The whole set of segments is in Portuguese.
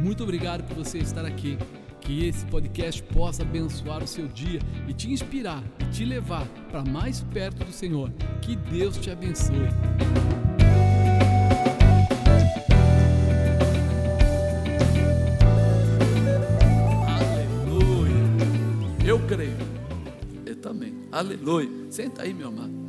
Muito obrigado por você estar aqui. Que esse podcast possa abençoar o seu dia e te inspirar e te levar para mais perto do Senhor. Que Deus te abençoe. Aleluia. Eu creio. Eu também. Aleluia. Senta aí, meu amado.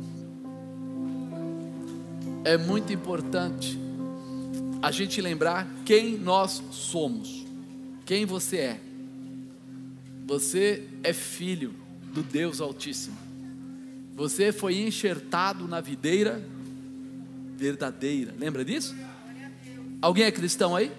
É muito importante a gente lembrar quem nós somos. Quem você é. Você é filho do Deus Altíssimo. Você foi enxertado na videira verdadeira. Lembra disso? Alguém é cristão aí?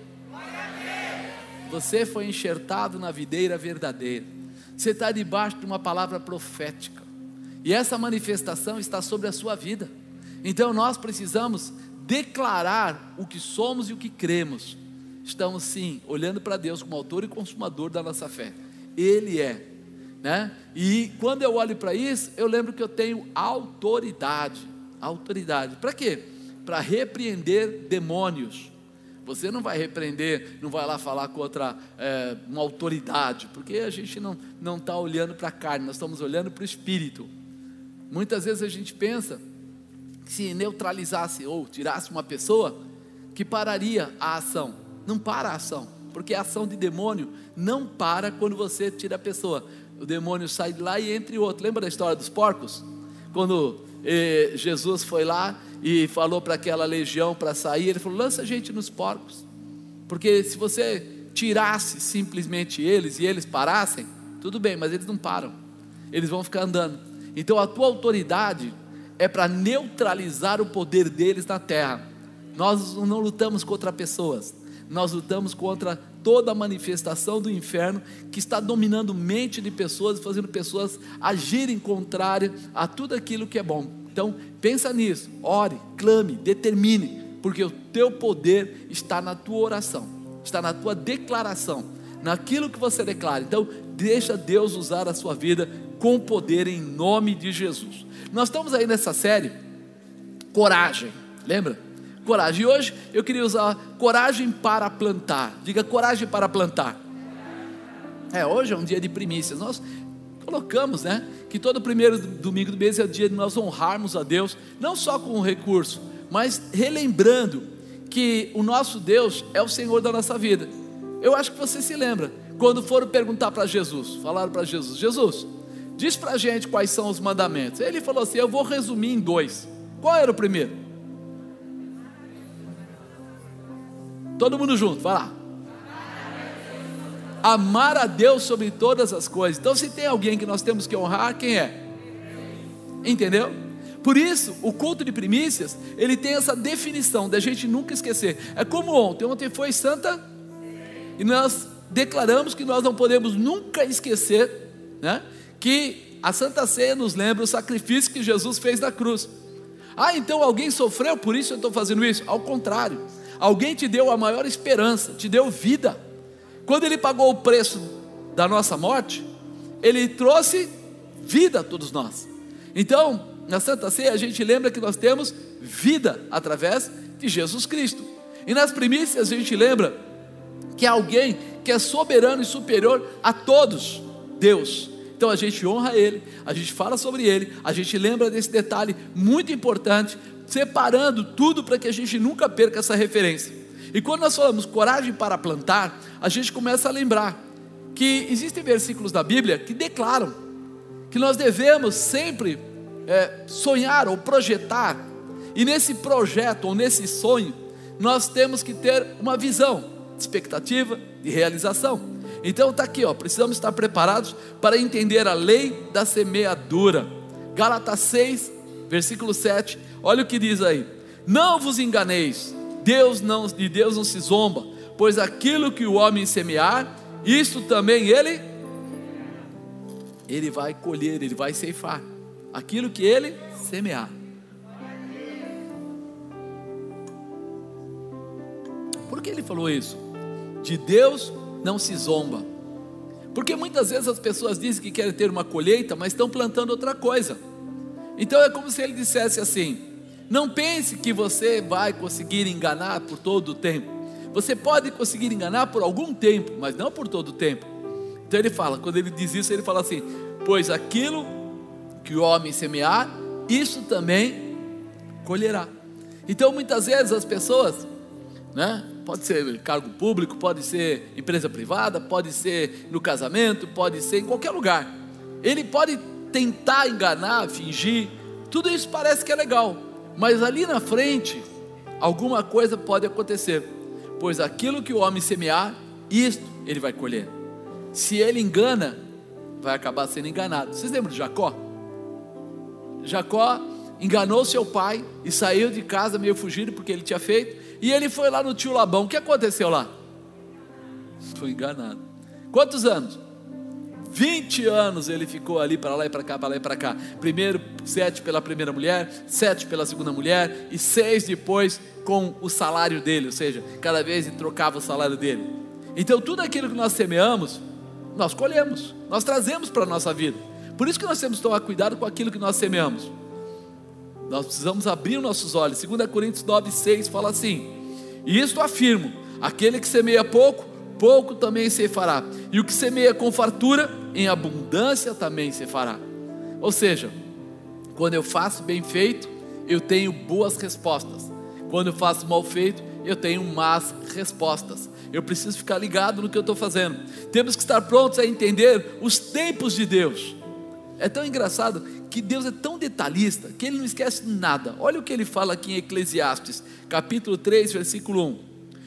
Você foi enxertado na videira verdadeira. Você está debaixo de uma palavra profética. E essa manifestação está sobre a sua vida. Então nós precisamos declarar o que somos e o que cremos. Estamos sim olhando para Deus como autor e consumador da nossa fé. Ele é, né? E quando eu olho para isso, eu lembro que eu tenho autoridade. Autoridade, para quê? Para repreender demônios. Você não vai repreender, não vai lá falar contra uma autoridade, porque a gente não está olhando para a carne, nós estamos olhando para o Espírito. Muitas vezes a gente pensa que se neutralizasse ou tirasse uma pessoa, que pararia a ação. Não para a ação, porque a ação de demônio não para quando você tira a pessoa. O demônio sai de lá e entra outro. Lembra da história dos porcos? Quando Jesus foi lá e falou para aquela legião para sair, ele falou: lança a gente nos porcos, porque se você tirasse simplesmente eles e eles parassem, tudo bem, mas eles não param, eles vão ficar andando. Então a tua autoridade é para neutralizar o poder deles na terra. Nós não lutamos contra pessoas, nós lutamos contra toda a manifestação do inferno que está dominando mente de pessoas e fazendo pessoas agirem contrário a tudo aquilo que é bom. Então pensa nisso, ore, clame, determine, porque o teu poder está na tua oração, está na tua declaração, naquilo que você declara. Então deixa Deus usar a sua vida com poder em nome de Jesus. Nós estamos aí nessa série Coragem, lembra? Coragem. E hoje eu queria usar coragem para plantar. Diga: coragem para plantar. Hoje é um dia de primícias. Nós colocamos, que todo primeiro domingo do mês é o dia de nós honrarmos a Deus, não só com o recurso, mas relembrando que o nosso Deus é o Senhor da nossa vida. Eu acho que você se lembra, quando foram perguntar para Jesus, falaram para Jesus: Jesus, diz para a gente quais são os mandamentos. Ele falou assim: eu vou resumir em 2. Qual era o primeiro? Todo mundo junto, vai lá. Amar a Deus sobre todas as coisas. Então se tem alguém que nós temos que honrar, quem é? Entendeu? Por isso o culto de primícias, ele tem essa definição da gente nunca esquecer. É como ontem foi Santa, e nós declaramos que nós não podemos nunca esquecer, que a Santa Ceia nos lembra o sacrifício que Jesus fez na cruz. Então alguém sofreu, por isso eu estou fazendo isso? Ao contrário, alguém te deu a maior esperança, te deu vida. Quando ele pagou o preço da nossa morte, ele trouxe vida a todos nós. Então na Santa Ceia a gente lembra que nós temos vida através de Jesus Cristo. E nas primícias a gente lembra que é alguém que é soberano e superior a todos, Deus. Então a gente honra Ele, a gente fala sobre Ele, a gente lembra desse detalhe muito importante, separando tudo para que a gente nunca perca essa referência. E quando nós falamos coragem para plantar, a gente começa a lembrar que existem versículos da Bíblia que declaram que nós devemos sempre sonhar ou projetar, e nesse projeto ou nesse sonho nós temos que ter uma visão, expectativa de realização. Então está aqui, precisamos estar preparados para entender a lei da semeadura. Gálatas 6, versículo 7, olha o que diz aí: não vos enganeis, de Deus não se zomba, pois aquilo que o homem semear, isto também ele vai colher, ele vai ceifar aquilo que ele semear. Por que ele falou isso? De Deus não se zomba. Porque muitas vezes as pessoas dizem que querem ter uma colheita, mas estão plantando outra coisa. Então é como se ele dissesse assim: não pense que você vai conseguir enganar por todo o tempo, Você pode conseguir enganar por algum tempo, mas não por todo o tempo. Então ele fala, quando ele diz isso, ele fala assim: pois aquilo que o homem semear, isso também colherá. Então muitas vezes as pessoas, né, pode ser cargo público, pode ser empresa privada, pode ser no casamento, pode ser em qualquer lugar. Ele pode tentar enganar, fingir, tudo isso parece que é legal, mas ali na frente alguma coisa pode acontecer, pois aquilo que o homem semear, isto ele vai colher. Se ele engana, vai acabar sendo enganado. Vocês lembram de Jacó? Jacó enganou seu pai e saiu de casa meio fugido porque ele tinha feito, e ele foi lá no tio Labão. O que aconteceu lá? Foi enganado. Quantos anos? 20 anos ele ficou ali, para lá e para cá, para lá e para cá. Primeiro 7 pela primeira mulher, 7 pela segunda mulher, e 6 depois com o salário dele, ou seja, cada vez ele trocava o salário dele. Então tudo aquilo que nós semeamos, nós colhemos, nós trazemos para a nossa vida. Por isso que nós temos que tomar cuidado com aquilo que nós semeamos. Nós precisamos abrir os nossos olhos. 2 Coríntios 9:6 fala assim: e isto afirmo, aquele que semeia pouco, pouco também se fará, e o que semeia com fartura, em abundância também se fará. Ou seja, quando eu faço bem feito, eu tenho boas respostas. Quando eu faço mal feito, eu tenho más respostas. Eu preciso ficar ligado no que eu estou fazendo. Temos que estar prontos a entender os tempos de Deus. É tão engraçado que Deus é tão detalhista que Ele não esquece nada. Olha o que Ele fala aqui em Eclesiastes, capítulo 3, versículo 1.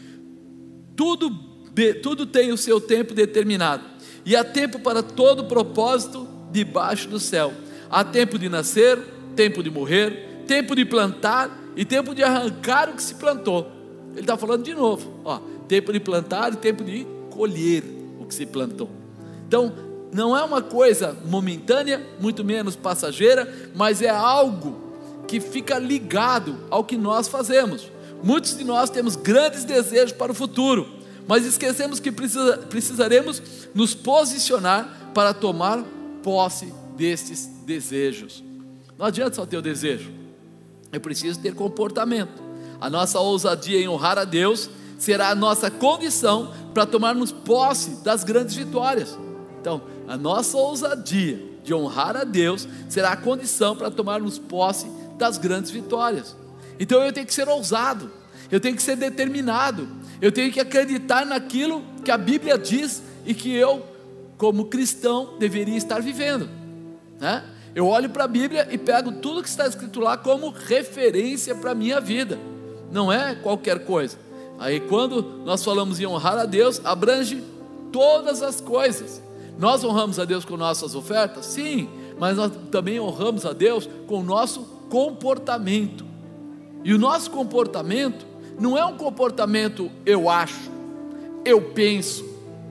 Tudo tem o seu tempo determinado, e há tempo para todo propósito debaixo do céu. Há tempo de nascer, tempo de morrer, tempo de plantar e tempo de arrancar o que se plantou. Ele está falando de novo, tempo de plantar e tempo de colher o que se plantou. Então não é uma coisa momentânea, muito menos passageira, mas é algo que fica ligado ao que nós fazemos. Muitos de nós temos grandes desejos para o futuro, mas esquecemos que precisaremos nos posicionar para tomar posse destes desejos. Não adianta só ter o desejo, eu preciso ter comportamento. A nossa ousadia em honrar a Deus será a nossa condição para tomarmos posse das grandes vitórias. Então, a nossa ousadia de honrar a Deus será a condição para tomarmos posse das grandes vitórias. Então eu tenho que ser ousado, eu tenho que ser determinado, eu tenho que acreditar naquilo que a Bíblia diz e que eu, como cristão, deveria estar vivendo, né? Eu olho para a Bíblia e pego tudo que está escrito lá como referência para a minha vida, não é qualquer coisa. Aí quando nós falamos em honrar a Deus, abrange todas as coisas. Nós honramos a Deus com nossas ofertas? Sim, mas nós também honramos a Deus com o nosso comportamento. E o nosso comportamento não é um comportamento eu acho, eu penso,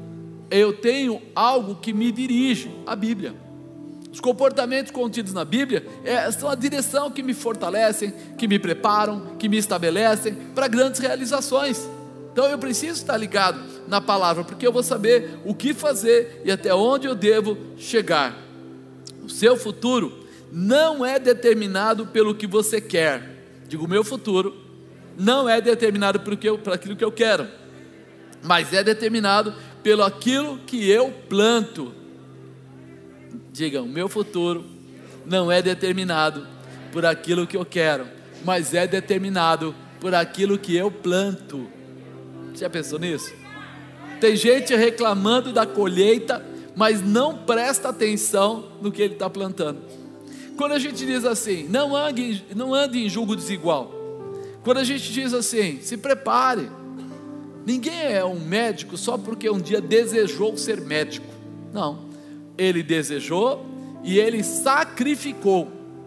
eu tenho algo que me dirige, a Bíblia. Os comportamentos contidos na Bíblia são a direção que me fortalecem, que me preparam, que me estabelecem para grandes realizações. Então eu preciso estar ligado na palavra, porque eu vou saber o que fazer e até onde eu devo chegar. O seu futuro não é determinado pelo que você quer. Digo, o meu futuro não é determinado por aquilo que eu quero, mas é determinado pelo aquilo que eu planto. Diga, o meu futuro não é determinado por aquilo que eu quero, mas é determinado por aquilo que eu planto. Você já pensou nisso? Tem gente reclamando da colheita, mas não presta atenção no que ele está plantando. Quando a gente diz assim, não ande em julgo desigual. Quando a gente diz assim, se prepare. Ninguém é um médico só porque um dia desejou ser médico. Não, ele desejou e ele sacrificou,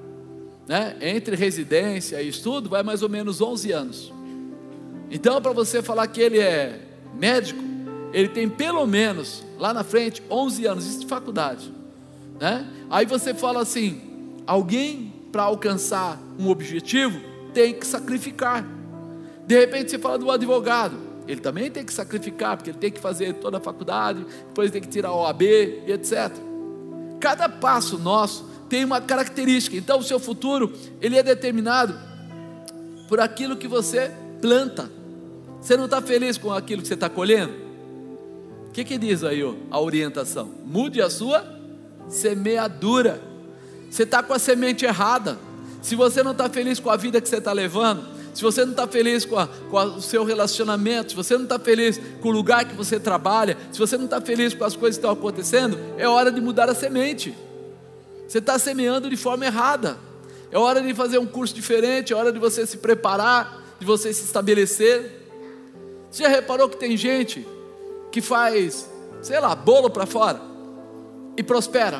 né? Entre residência e estudo vai mais ou menos 11 anos. Então para você falar que ele é médico, ele tem pelo menos lá na frente 11 anos de faculdade, né? Aí você fala assim, alguém para alcançar um objetivo tem que sacrificar. De repente você fala do advogado, ele também tem que sacrificar, porque ele tem que fazer toda a faculdade, depois tem que tirar a OAB e etc. Cada passo nosso tem uma característica. Então o seu futuro, ele é determinado por aquilo que você planta. Você não está feliz com aquilo que você está colhendo? O que diz aí a orientação? Mude a sua semeadura. Você está com a semente errada. Se você não está feliz com a vida que você está levando, se você não está feliz com o seu relacionamento, se você não está feliz com o lugar que você trabalha, se você não está feliz com as coisas que estão acontecendo, é hora de mudar a semente. Você está semeando de forma errada. É hora de fazer um curso diferente, é hora de você se preparar, de você se estabelecer. Você já reparou que tem gente que faz, sei lá, bolo para fora e prospera?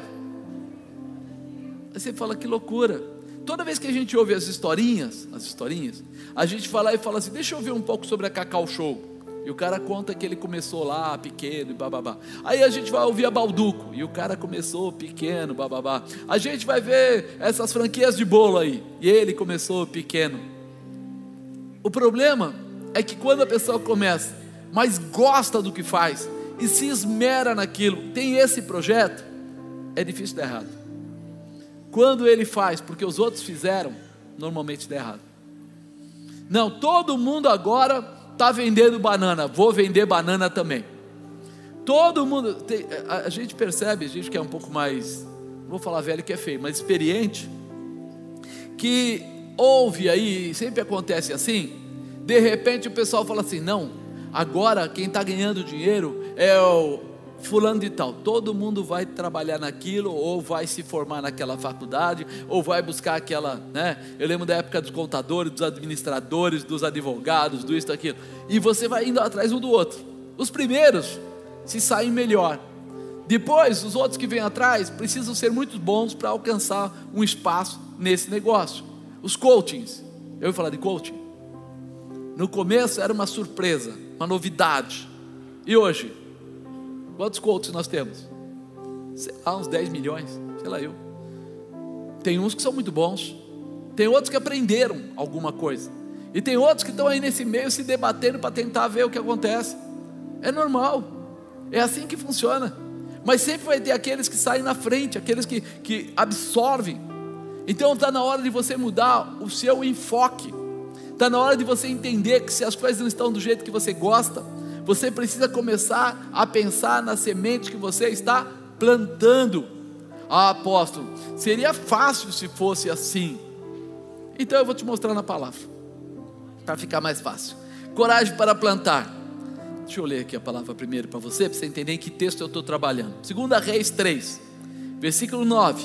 Aí você fala, que loucura. Toda vez que a gente ouve as historinhas, a gente vai lá e fala assim, deixa eu ver um pouco sobre a Cacau Show. E o cara conta que ele começou lá pequeno e bababá. Aí a gente vai ouvir a Balduco, e o cara começou pequeno, bababá. A gente vai ver essas franquias de bolo aí, e ele começou pequeno. O problema é que quando a pessoa começa, mas gosta do que faz, e se esmera naquilo, tem esse projeto, é difícil dar errado. Quando ele faz porque os outros fizeram, normalmente dá errado. Não, todo mundo agora está vendendo banana, vou vender banana também. Todo mundo, a gente percebe, a gente que é um pouco mais, não vou falar velho que é feio, mas experiente, que ouve aí, sempre acontece assim, de repente o pessoal fala assim, não, agora quem está ganhando dinheiro é o fulano de tal, todo mundo vai trabalhar naquilo, ou vai se formar naquela faculdade, ou vai buscar aquela, né? Eu lembro da época dos contadores, dos administradores, dos advogados, do isso, daquilo, e você vai indo atrás um do outro. Os primeiros se saem melhor, depois os outros que vêm atrás precisam ser muito bons para alcançar um espaço nesse negócio. Os coachings, eu ia falar de coaching, no começo era uma surpresa, uma novidade, e hoje, quantos coaches nós temos? Sei lá, uns 10 milhões, sei lá eu. Tem uns que são muito bons, tem outros que aprenderam alguma coisa, e tem outros que estão aí nesse meio se debatendo para tentar ver o que acontece. É normal, é assim que funciona, mas sempre vai ter aqueles que saem na frente, aqueles que absorvem. Então está na hora de você mudar o seu enfoque, está na hora de você entender que se as coisas não estão do jeito que você gosta, você precisa começar a pensar na semente que você está plantando. Ah, apóstolo, seria fácil se fosse assim. Então eu vou te mostrar na palavra, para ficar mais fácil. Coragem para plantar. Deixa eu ler aqui a palavra primeiro para você entender em que texto eu estou trabalhando. 2 Reis 3, versículo 9.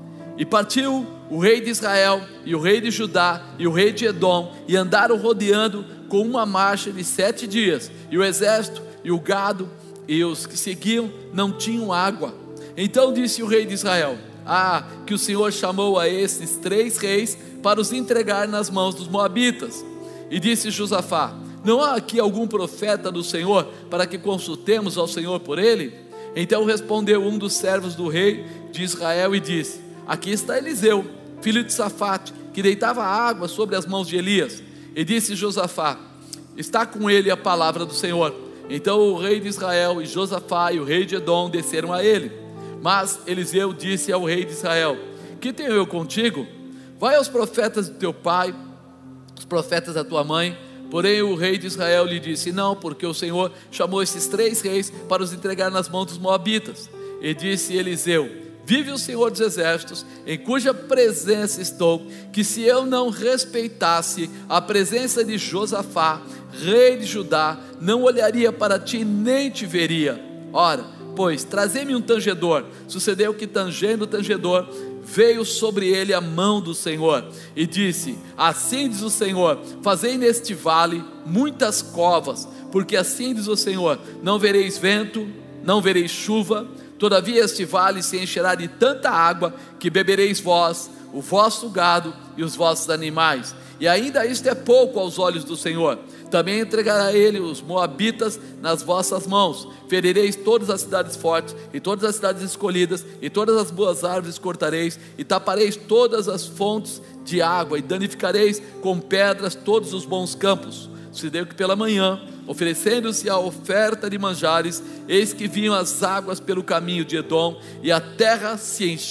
E partiu o rei de Israel, e o rei de Judá, e o rei de Edom, e andaram rodeando com uma marcha de 7 dias, e o exército, e o gado, e os que seguiam, não tinham água. Então disse o rei de Israel, que o Senhor chamou a esses 3 reis, para os entregar nas mãos dos moabitas. E disse Josafá, não há aqui algum profeta do Senhor, para que consultemos ao Senhor por ele? Então respondeu um dos servos do rei de Israel, e disse, aqui está Eliseu, filho de Safate, que deitava água sobre as mãos de Elias. E disse Josafá, está com ele a palavra do Senhor. Então o rei de Israel e Josafá e o rei de Edom desceram a ele. Mas Eliseu disse ao rei de Israel, que tenho eu contigo? Vai aos profetas do teu pai, os profetas da tua mãe. Porém o rei de Israel lhe disse, não, porque o Senhor chamou esses 3 reis para os entregar nas mãos dos moabitas. E disse Eliseu, vive o Senhor dos exércitos, em cuja presença estou, que se eu não respeitasse a presença de Josafá, rei de Judá, não olharia para ti nem te veria. Ora, pois, trazei-me um tangedor. Sucedeu que tangendo o tangedor, veio sobre ele a mão do Senhor, e disse, assim diz o Senhor, fazei neste vale muitas covas, porque assim diz o Senhor, não vereis vento, não vereis chuva, todavia este vale se encherá de tanta água, que bebereis vós, o vosso gado e os vossos animais, e ainda isto é pouco aos olhos do Senhor. Também entregará ele os moabitas nas vossas mãos, ferireis todas as cidades fortes, e todas as cidades escolhidas, e todas as boas árvores cortareis, e tapareis todas as fontes de água, e danificareis com pedras todos os bons campos. Sucedeu que pela manhã, oferecendo-se a oferta de manjares, eis que vinham as águas pelo caminho de Edom, e a terra se encheu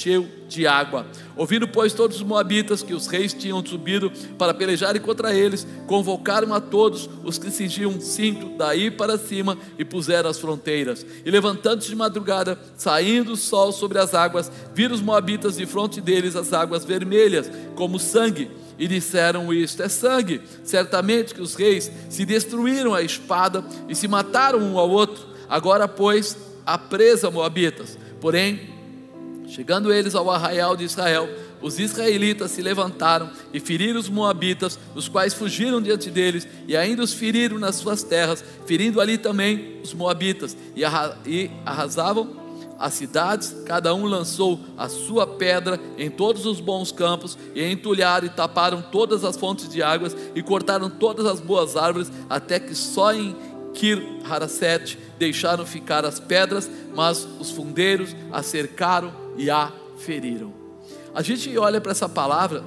de água. Ouvindo, pois, todos os moabitas que os reis tinham subido para pelejarem contra eles, convocaram a todos os que cingiam um cinto daí para cima e puseram as fronteiras. E levantando-se de madrugada, saindo o sol sobre as águas, viram os moabitas de fronte deles as águas vermelhas, como sangue. E disseram: isto é sangue. Certamente que os reis se destruíram a espada e se mataram um ao outro. Agora, pois, a presa moabitas. Porém, chegando eles ao arraial de Israel, os israelitas se levantaram e feriram os moabitas, os quais fugiram diante deles, e ainda os feriram nas suas terras, ferindo ali também os moabitas, e arrasavam as cidades. Cada um lançou a sua pedra em todos os bons campos, e entulharam e taparam todas as fontes de águas, e cortaram todas as boas árvores, até que só em Kir-Haresete deixaram ficar as pedras, mas os fundeiros a cercaram e a feriram. A gente olha para essa palavra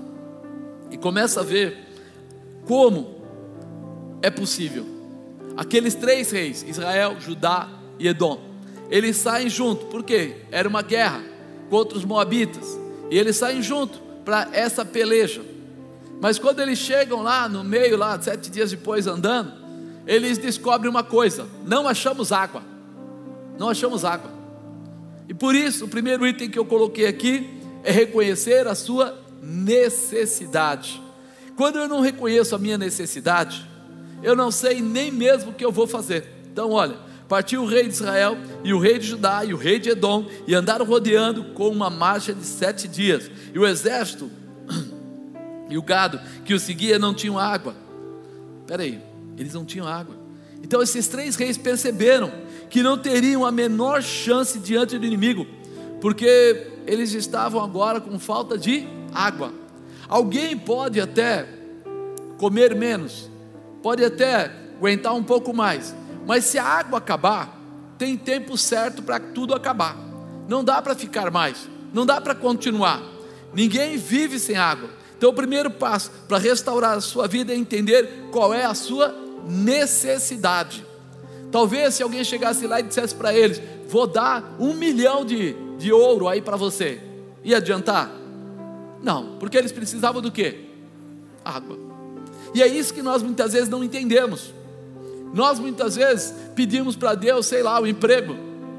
e começa a ver como é possível. Aqueles 3 reis, Israel, Judá e Edom, eles saem junto, porque era uma guerra contra os moabitas, e eles saem junto para essa peleja. Mas quando eles chegam lá no meio, lá 7 dias depois andando, eles descobrem uma coisa: não achamos água. Não achamos água. E por isso, o primeiro item que eu coloquei aqui é reconhecer a sua necessidade. Quando eu não reconheço a minha necessidade, eu não sei nem mesmo o que eu vou fazer. Então olha, partiu o rei de Israel e o rei de Judá e o rei de Edom, e andaram rodeando com uma marcha de 7 dias, e o exército e o gado que o seguia não tinham água. Espera aí, eles não tinham água. Então esses 3 reis perceberam que não teriam a menor chance diante do inimigo, porque eles estavam agora com falta de água. Alguém pode até comer menos, pode até aguentar um pouco mais, mas se a água acabar, tem tempo certo para tudo acabar. Não dá para ficar mais, não dá para continuar. Ninguém vive sem água. Então o primeiro passo para restaurar a sua vida é entender qual é a sua necessidade. Talvez se alguém chegasse lá e dissesse para eles: vou dar 1 milhão de ouro aí para você, ia adiantar? Não, porque eles precisavam do quê? Água. E é isso que nós muitas vezes não entendemos. Nós muitas vezes pedimos para Deus, sei lá, um emprego,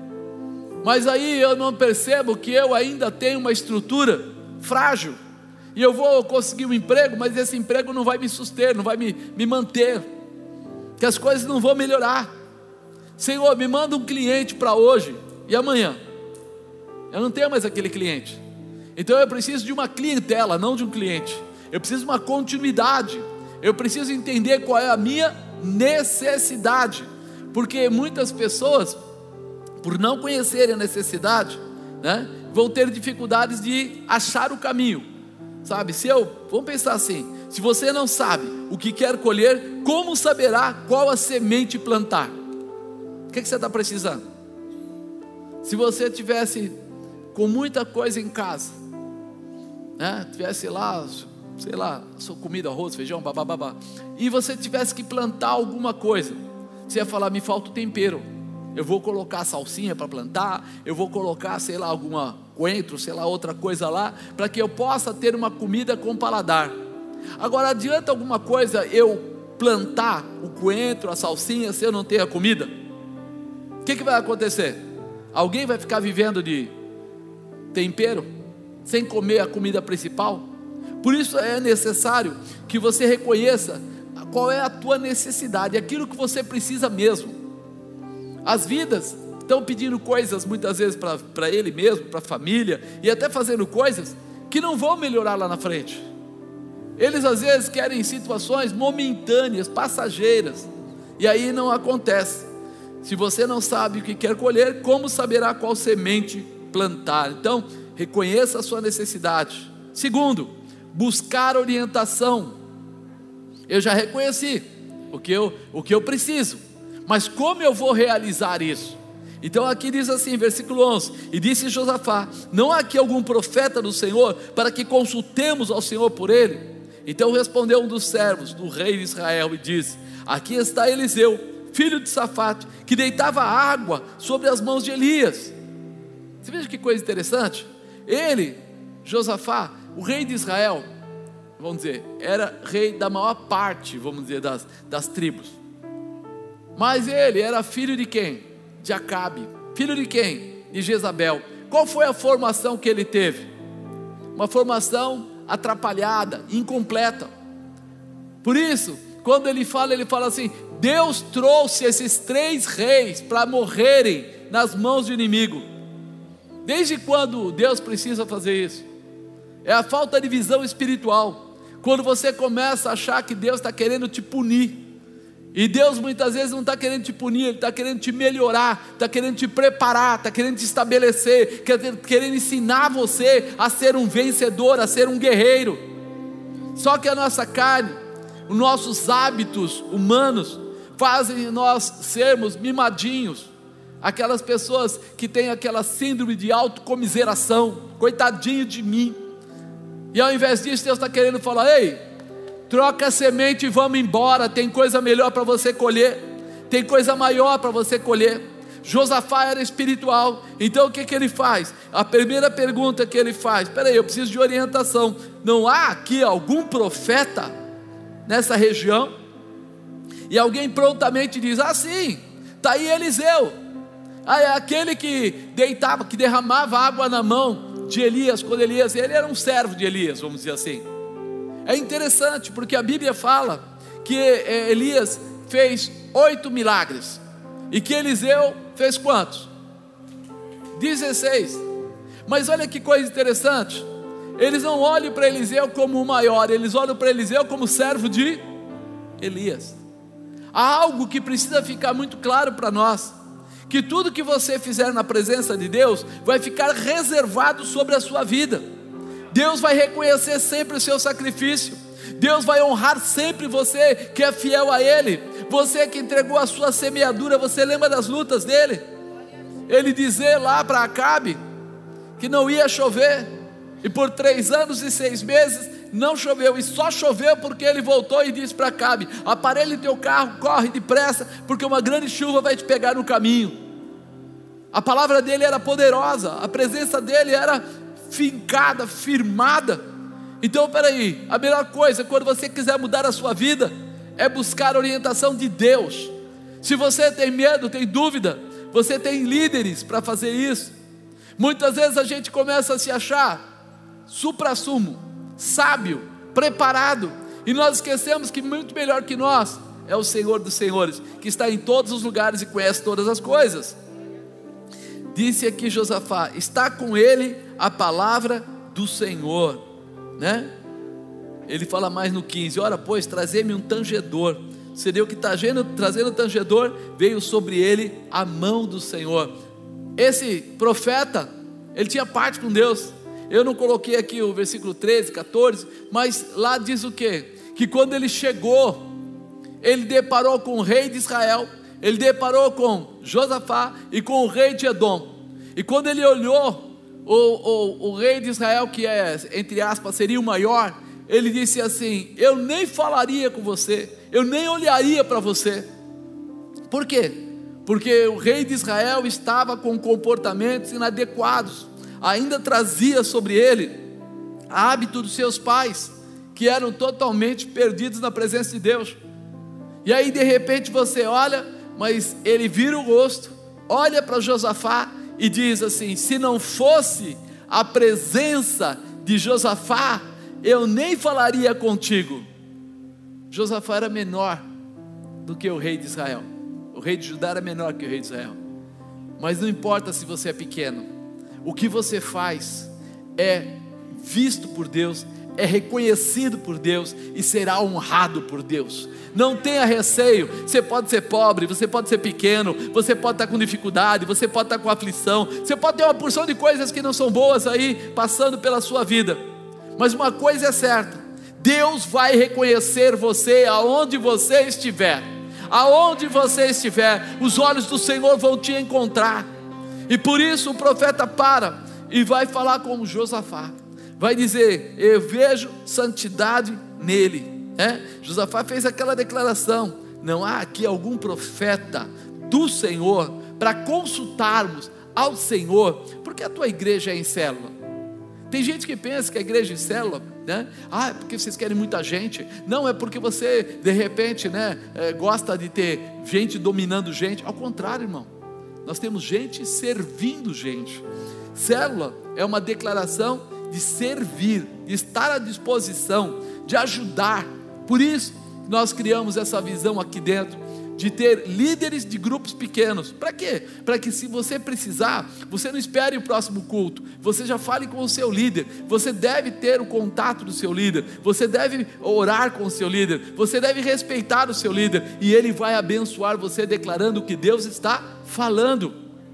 mas aí eu não percebo que eu ainda tenho uma estrutura frágil, e eu vou conseguir um emprego, mas esse emprego não vai me suster, não vai me manter, que as coisas não vão melhorar. Senhor, me manda um cliente para hoje, e amanhã eu não tenho mais aquele cliente. Então eu preciso de uma clientela, não de um cliente. Eu preciso de uma continuidade. Eu preciso entender qual é a minha necessidade, porque muitas pessoas, por não conhecerem a necessidade, né, vão ter dificuldades de achar o caminho, sabe? Vamos pensar assim: se você não sabe o que quer colher, como saberá qual a semente plantar? O que você está precisando? Se você tivesse com muita coisa em casa, né, tivesse lá, sei lá, sua comida, arroz, feijão, babá, e você tivesse que plantar alguma coisa, você ia falar: me falta o tempero. Eu vou colocar salsinha para plantar, eu vou colocar, sei lá, alguma coentro, sei lá, outra coisa lá, para que eu possa ter uma comida com paladar. Agora, adianta alguma coisa eu plantar o coentro, a salsinha, se eu não tenho a comida? O que vai acontecer? Alguém vai ficar vivendo de tempero, sem comer a comida principal? Por isso é necessário que você reconheça qual é a tua necessidade, aquilo que você precisa mesmo. As vidas estão pedindo coisas muitas vezes para ele mesmo, para a família, e até fazendo coisas que não vão melhorar lá na frente. Eles às vezes querem situações momentâneas, passageiras, e aí não acontece. Se você não sabe o que quer colher, como saberá qual semente plantar? Então, reconheça a sua necessidade. Segundo, buscar orientação. Eu já reconheci o que eu preciso, mas como eu vou realizar isso? Então aqui diz assim, versículo 11: e disse Josafá: não há aqui algum profeta do Senhor, para que consultemos ao Senhor por ele? Então respondeu um dos servos do rei de Israel e disse: aqui está Eliseu, filho de Safate, que deitava água sobre as mãos de Elias. Você veja que coisa interessante. ele, Josafá, o rei de Israel, vamos dizer, era rei da maior parte, vamos dizer, das tribos. Mas ele era filho de quem? De Acabe. Filho de quem? De Jezabel. Qual foi a formação que ele teve? Uma formação atrapalhada, incompleta. Por isso, quando ele fala assim: Deus trouxe esses 3 reis para morrerem nas mãos do inimigo. Desde quando Deus precisa fazer isso? É a falta de visão espiritual. Quando você começa a achar que Deus está querendo te punir. E Deus muitas vezes não está querendo te punir, Ele está querendo te melhorar, está querendo te preparar, está querendo te estabelecer, querendo ensinar você a ser um vencedor, a ser um guerreiro. Só que a nossa carne, os nossos hábitos humanos, fazem nós sermos mimadinhos, aquelas pessoas que têm aquela síndrome de autocomiseração, coitadinho de mim. E ao invés disso, Deus está querendo falar: ei, troca a semente e vamos embora, tem coisa melhor para você colher, tem coisa maior para você colher. Josafá era espiritual, então o que ele faz? A primeira pergunta que ele faz: espera aí, eu preciso de orientação, não há aqui algum profeta nessa região? E alguém prontamente diz: ah sim, está aí Eliseu, é aquele que deitava, que derramava água na mão de Elias, quando Elias, ele era um servo de Elias, vamos dizer assim. É interessante, porque a Bíblia fala que Elias fez 8 milagres, e que Eliseu fez quantos? 16. Mas olha que coisa interessante, eles não olham para Eliseu como o maior, eles olham para Eliseu como servo de Elias. Há algo que precisa ficar muito claro para nós, que tudo que você fizer na presença de Deus, vai ficar reservado sobre a sua vida. Deus vai reconhecer sempre o seu sacrifício, Deus vai honrar sempre você que é fiel a Ele. Você que entregou a sua semeadura, você lembra das lutas dele? Ele dizer lá para Acabe que não ia chover, e por 3 anos e 6 meses não choveu, e só choveu porque ele voltou e disse para Acabe: aparelhe teu carro, corre depressa, porque uma grande chuva vai te pegar no caminho. A palavra dele era poderosa, a presença dele era fincada, firmada. Então peraí, a melhor coisa quando você quiser mudar a sua vida é buscar a orientação de Deus. Se você tem medo, tem dúvida, você tem líderes para fazer isso. Muitas vezes a gente começa a se achar supra-sumo, sábio, preparado, e nós esquecemos que muito melhor que nós é o Senhor dos Senhores, que está em todos os lugares e conhece todas as coisas. Disse aqui Josafá: está com ele a palavra do Senhor, né? Ele fala mais no 15: ora pois, trazei-me um tangedor. Seria o que trazendo o tangedor, veio sobre ele a mão do Senhor. Esse profeta, ele tinha parte com Deus. Eu não coloquei aqui o versículo 13, 14, mas lá diz o quê? Que quando ele chegou, ele deparou com o rei de Israel, ele deparou com Josafá e com o rei de Edom. E quando ele olhou o rei de Israel, que é, entre aspas, seria o maior, ele disse assim: eu nem falaria com você, eu nem olharia para você. Por quê? Porque o rei de Israel estava com comportamentos inadequados, ainda trazia sobre ele hábito dos seus pais, que eram totalmente perdidos na presença de Deus. E aí de repente você olha, mas ele vira o rosto, olha para Josafá e diz assim: se não fosse a presença de Josafá, eu nem falaria contigo. Josafá era menor do que o rei de Israel. O rei de Judá era menor que o rei de Israel. Mas não importa se você é pequeno, o que você faz é visto por Deus, é reconhecido por Deus e será honrado por Deus. Não tenha receio. Você pode ser pobre, você pode ser pequeno, você pode estar com dificuldade, você pode estar com aflição, você pode ter uma porção de coisas que não são boas aí passando pela sua vida, mas uma coisa é certa: Deus vai reconhecer você aonde você estiver. Aonde você estiver, os olhos do Senhor vão te encontrar. E por isso o profeta para e vai falar com Josafá, vai dizer: eu vejo santidade nele. Josafá fez aquela declaração: não há aqui algum profeta do Senhor para consultarmos ao Senhor, porque a tua igreja é em célula. Tem gente que pensa que a igreja de célula, né? É porque vocês querem muita gente. Não, é porque você, de repente, né, gosta de ter gente dominando gente. Ao contrário, irmão, nós temos gente servindo gente. Célula é uma declaração de servir, de estar à disposição, de ajudar. Por isso, nós criamos essa visão aqui dentro, de ter líderes de grupos pequenos. Para quê? Para que, se você precisar, você não espere o próximo culto, você já fale com o seu líder. Você deve ter o contato do seu líder, você deve orar com o seu líder, você deve respeitar o seu líder, e ele vai abençoar você, declarando o que Deus está falando.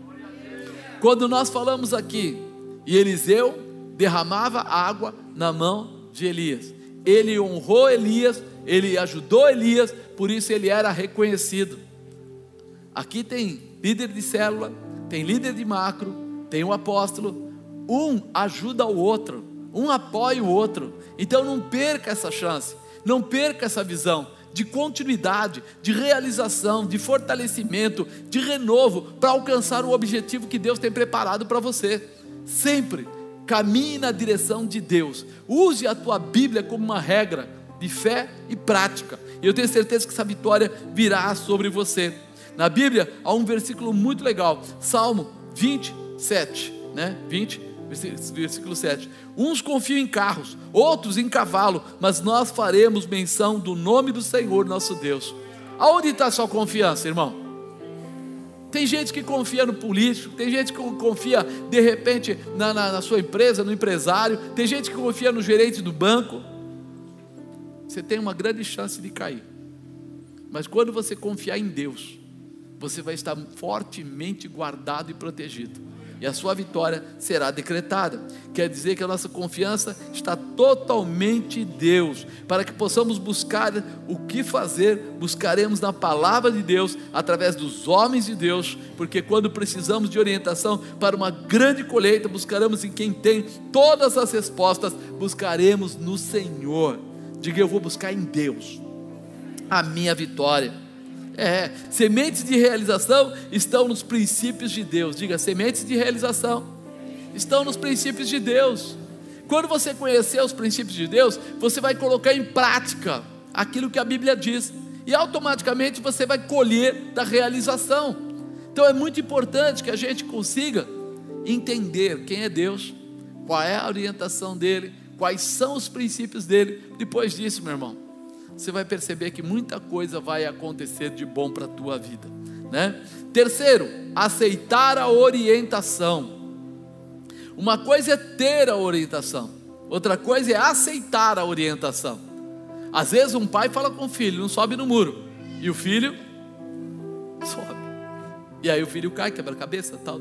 Quando nós falamos aqui, e Eliseu derramava água na mão de Elias, ele honrou Elias, ele ajudou Elias, por isso ele era reconhecido. Aqui tem líder de célula, tem líder de macro, tem um apóstolo, um ajuda o outro, um apoia o outro. Então não perca essa chance, não perca essa visão de continuidade, de realização, de fortalecimento, de renovo, para alcançar o objetivo que Deus tem preparado para você. Sempre caminhe na direção de Deus, use a tua Bíblia como uma regra de fé e prática, e eu tenho certeza que essa vitória virá sobre você. Na Bíblia há um versículo muito legal, Salmo 27, né? 20, versículo 7. Uns confiam em carros, outros em cavalo, mas nós faremos menção do nome do Senhor nosso Deus. Aonde está a sua confiança, irmão? Tem gente que confia no político, tem gente que confia de repente na sua empresa, no empresário, tem gente que confia no gerente do banco. Você tem uma grande chance de cair, mas quando você confiar em Deus, você vai estar fortemente guardado e protegido, e a sua vitória será decretada. Quer dizer que a nossa confiança está totalmente em Deus. Para que possamos buscar o que fazer, buscaremos na palavra de Deus, através dos homens de Deus, porque quando precisamos de orientação para uma grande colheita, buscaremos em quem tem todas as respostas, buscaremos no Senhor. Diga: eu vou buscar em Deus a minha vitória. Sementes de realização estão nos princípios de Deus. Diga: sementes de realização estão nos princípios de Deus. Quando você conhecer os princípios de Deus, você vai colocar em prática aquilo que a Bíblia diz, e automaticamente você vai colher da realização. Então é muito importante que a gente consiga entender quem é Deus, qual é a orientação dele, quais são os princípios dele. Depois disso, meu irmão, você vai perceber que muita coisa vai acontecer de bom para a tua vida, né? Terceiro, aceitar a orientação. Uma coisa é ter a orientação, outra coisa é aceitar a orientação. Às vezes um pai fala com o filho: não sobe no muro, e o filho sobe, e aí o filho cai, quebra a cabeça, tal.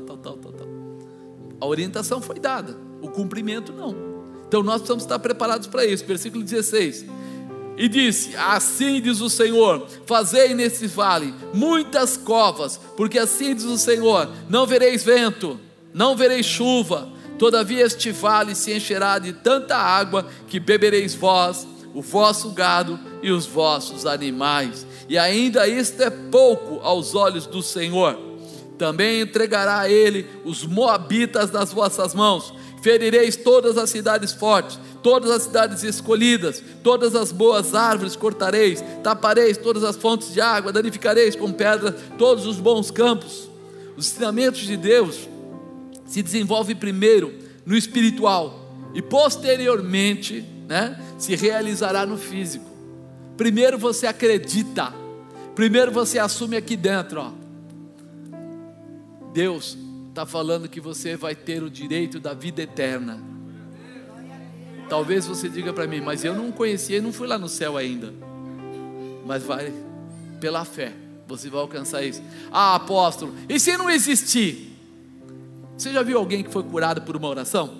A orientação foi dada, o cumprimento não. Então nós precisamos estar preparados para isso. Versículo 16: e disse: assim diz o Senhor, fazei nesse vale muitas covas, porque assim diz o Senhor, não vereis vento, não vereis chuva, todavia este vale se encherá de tanta água, que bebereis vós, o vosso gado e os vossos animais, e ainda isto é pouco aos olhos do Senhor. Também entregará a ele os moabitas nas vossas mãos, ferireis todas as cidades fortes, todas as cidades escolhidas, todas as boas árvores cortareis, tapareis todas as fontes de água, danificareis com pedras todos os bons campos. Os ensinamentos de Deus se desenvolvem primeiro no espiritual, e posteriormente, né, se realizará no físico. Primeiro você acredita, primeiro você assume aqui dentro, ó, Deus está falando que você vai ter o direito da vida eterna. Talvez você diga para mim: mas eu não conhecia e não fui lá no céu ainda. Mas vai, pela fé, você vai alcançar isso. Ah, apóstolo, e se não existir? Você já viu alguém que foi curado por uma oração?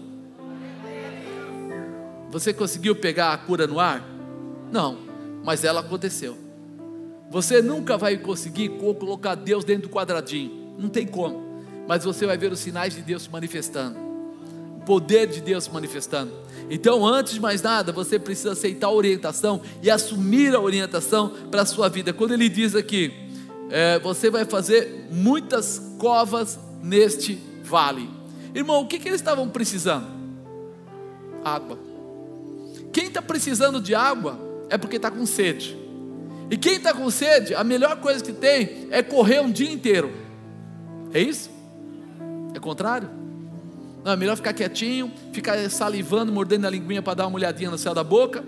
Você conseguiu pegar a cura no ar? Não, mas ela aconteceu. Você nunca vai conseguir colocar Deus dentro do quadradinho, não tem como, mas você vai ver os sinais de Deus se manifestando, o poder de Deus se manifestando. Então, antes de mais nada, você precisa aceitar a orientação e assumir a orientação para a sua vida. Quando ele diz aqui, você vai fazer muitas covas neste vale. Irmão, o que eles estavam precisando? água. Quem está precisando de água é porque está com sede. E quem está com sede, a melhor coisa que tem é correr um dia inteiro. É isso? É contrário? Não, é melhor ficar quietinho, ficar salivando, mordendo a linguinha para dar uma olhadinha no céu da boca.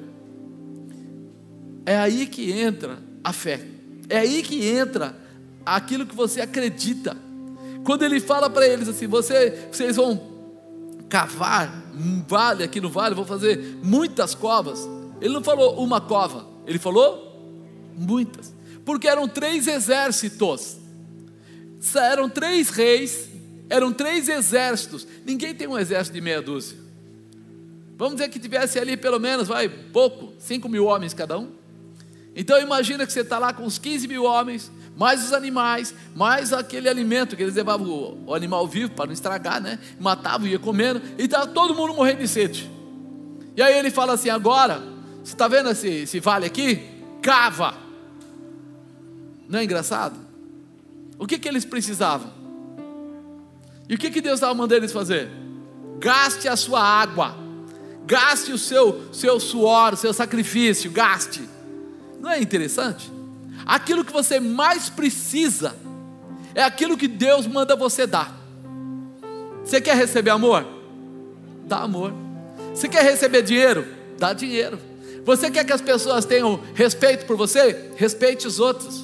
É aí que entra a fé. É aí que entra aquilo que você acredita. Quando ele fala para eles assim: vocês vão cavar um vale aqui no vale, vão fazer muitas covas. Ele não falou uma cova, ele falou muitas, porque eram 3 exércitos, eram 3 reis, eram 3 exércitos. Ninguém tem um exército de meia dúzia. Vamos dizer que tivesse ali pelo menos, 5 mil homens cada um. Então imagina que você está lá com uns 15 mil homens, mais os animais, mais aquele alimento que eles levavam o animal vivo para não estragar, né? Matavam, ia comendo, e estava todo mundo morrendo de sede. E aí ele fala assim: agora, você está vendo esse vale aqui? Cava. Não é engraçado? O que eles precisavam? E o que Deus estava mandando eles fazer? Gaste a sua água, gaste o seu suor, o seu sacrifício, gaste. Não é interessante? Aquilo que você mais precisa é aquilo que Deus manda você dar. Você quer receber amor? Dá amor. Você quer receber dinheiro? Dá dinheiro. Você quer que as pessoas tenham respeito por você? Respeite os outros.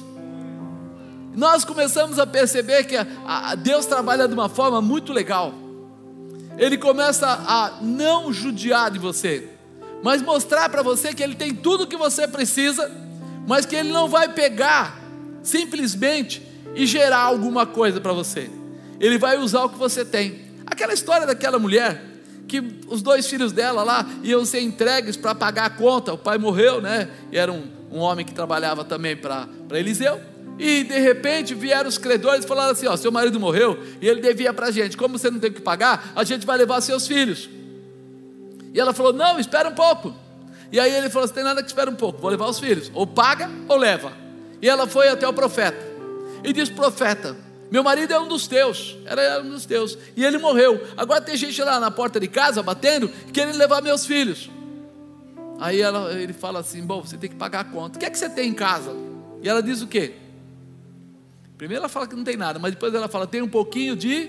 Nós começamos a perceber que Deus trabalha de uma forma muito legal. Ele começa a não judiar de você, mas mostrar para você que Ele tem tudo o que você precisa, mas que Ele não vai pegar simplesmente e gerar alguma coisa para você. Ele vai usar o que você tem. Aquela história daquela mulher, que os 2 filhos dela lá iam ser entregues para pagar a conta. O pai morreu, né? E era um homem que trabalhava também para Eliseu. E de repente vieram os credores e falaram assim: seu marido morreu e ele devia para a gente, como você não tem o que pagar, a gente vai levar seus filhos. E ela falou: não, espera um pouco. E aí ele falou: tem nada que espera um pouco, vou levar os filhos, ou paga ou leva. E ela foi até o profeta e disse: profeta, meu marido é um dos teus, era um dos teus, e ele morreu, agora tem gente lá na porta de casa batendo, querendo levar meus filhos. Aí ele fala assim: bom, você tem que pagar a conta. O que é que você tem em casa? E ela diz o quê? Primeiro ela fala que não tem nada, mas depois ela fala: tem um pouquinho de...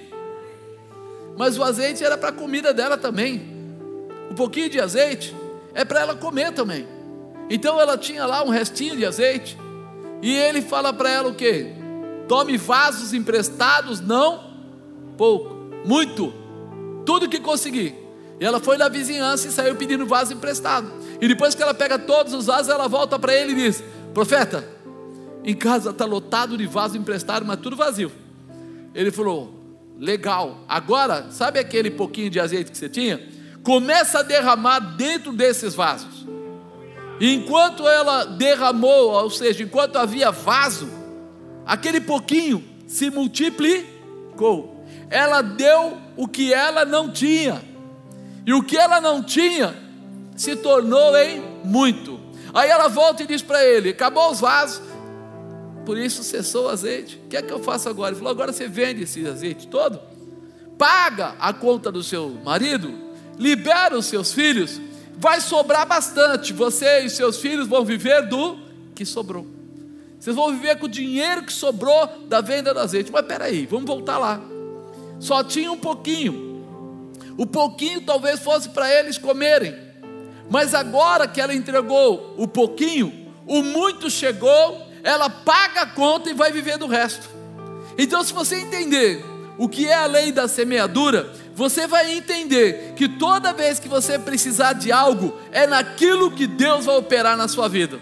Mas o azeite era para a comida dela também. Um pouquinho de azeite é para ela comer também. Então ela tinha lá um restinho de azeite. E ele fala para ela o quê? Tome vasos emprestados, não pouco, muito, tudo que conseguir. E ela foi na vizinhança e saiu pedindo vaso emprestado. E depois que ela pega todos os vasos, ela volta para ele e diz: profeta, em casa está lotado de vaso emprestado, mas tudo vazio. Ele falou: legal, agora sabe aquele pouquinho de azeite que você tinha? Começa a derramar dentro desses vasos. E enquanto ela derramou, ou seja, enquanto havia vaso, aquele pouquinho se multiplicou. Ela deu o que ela não tinha, e o que ela não tinha se tornou em muito. Aí ela volta e diz para ele: acabou os vasos, por isso cessou o azeite. O que é que eu faço agora? Ele falou: agora você vende esse azeite todo, paga a conta do seu marido, libera os seus filhos, vai sobrar bastante. Você e seus filhos vão viver do que sobrou. Vocês vão viver com o dinheiro que sobrou da venda do azeite. Mas peraí, vamos voltar lá. Só tinha um pouquinho. O pouquinho talvez fosse para eles comerem. Mas agora que ela entregou o pouquinho, o muito chegou, ela paga a conta e vai viver do resto. Então, se você entender o que é a lei da semeadura, você vai entender que toda vez que você precisar de algo, é naquilo que Deus vai operar na sua vida.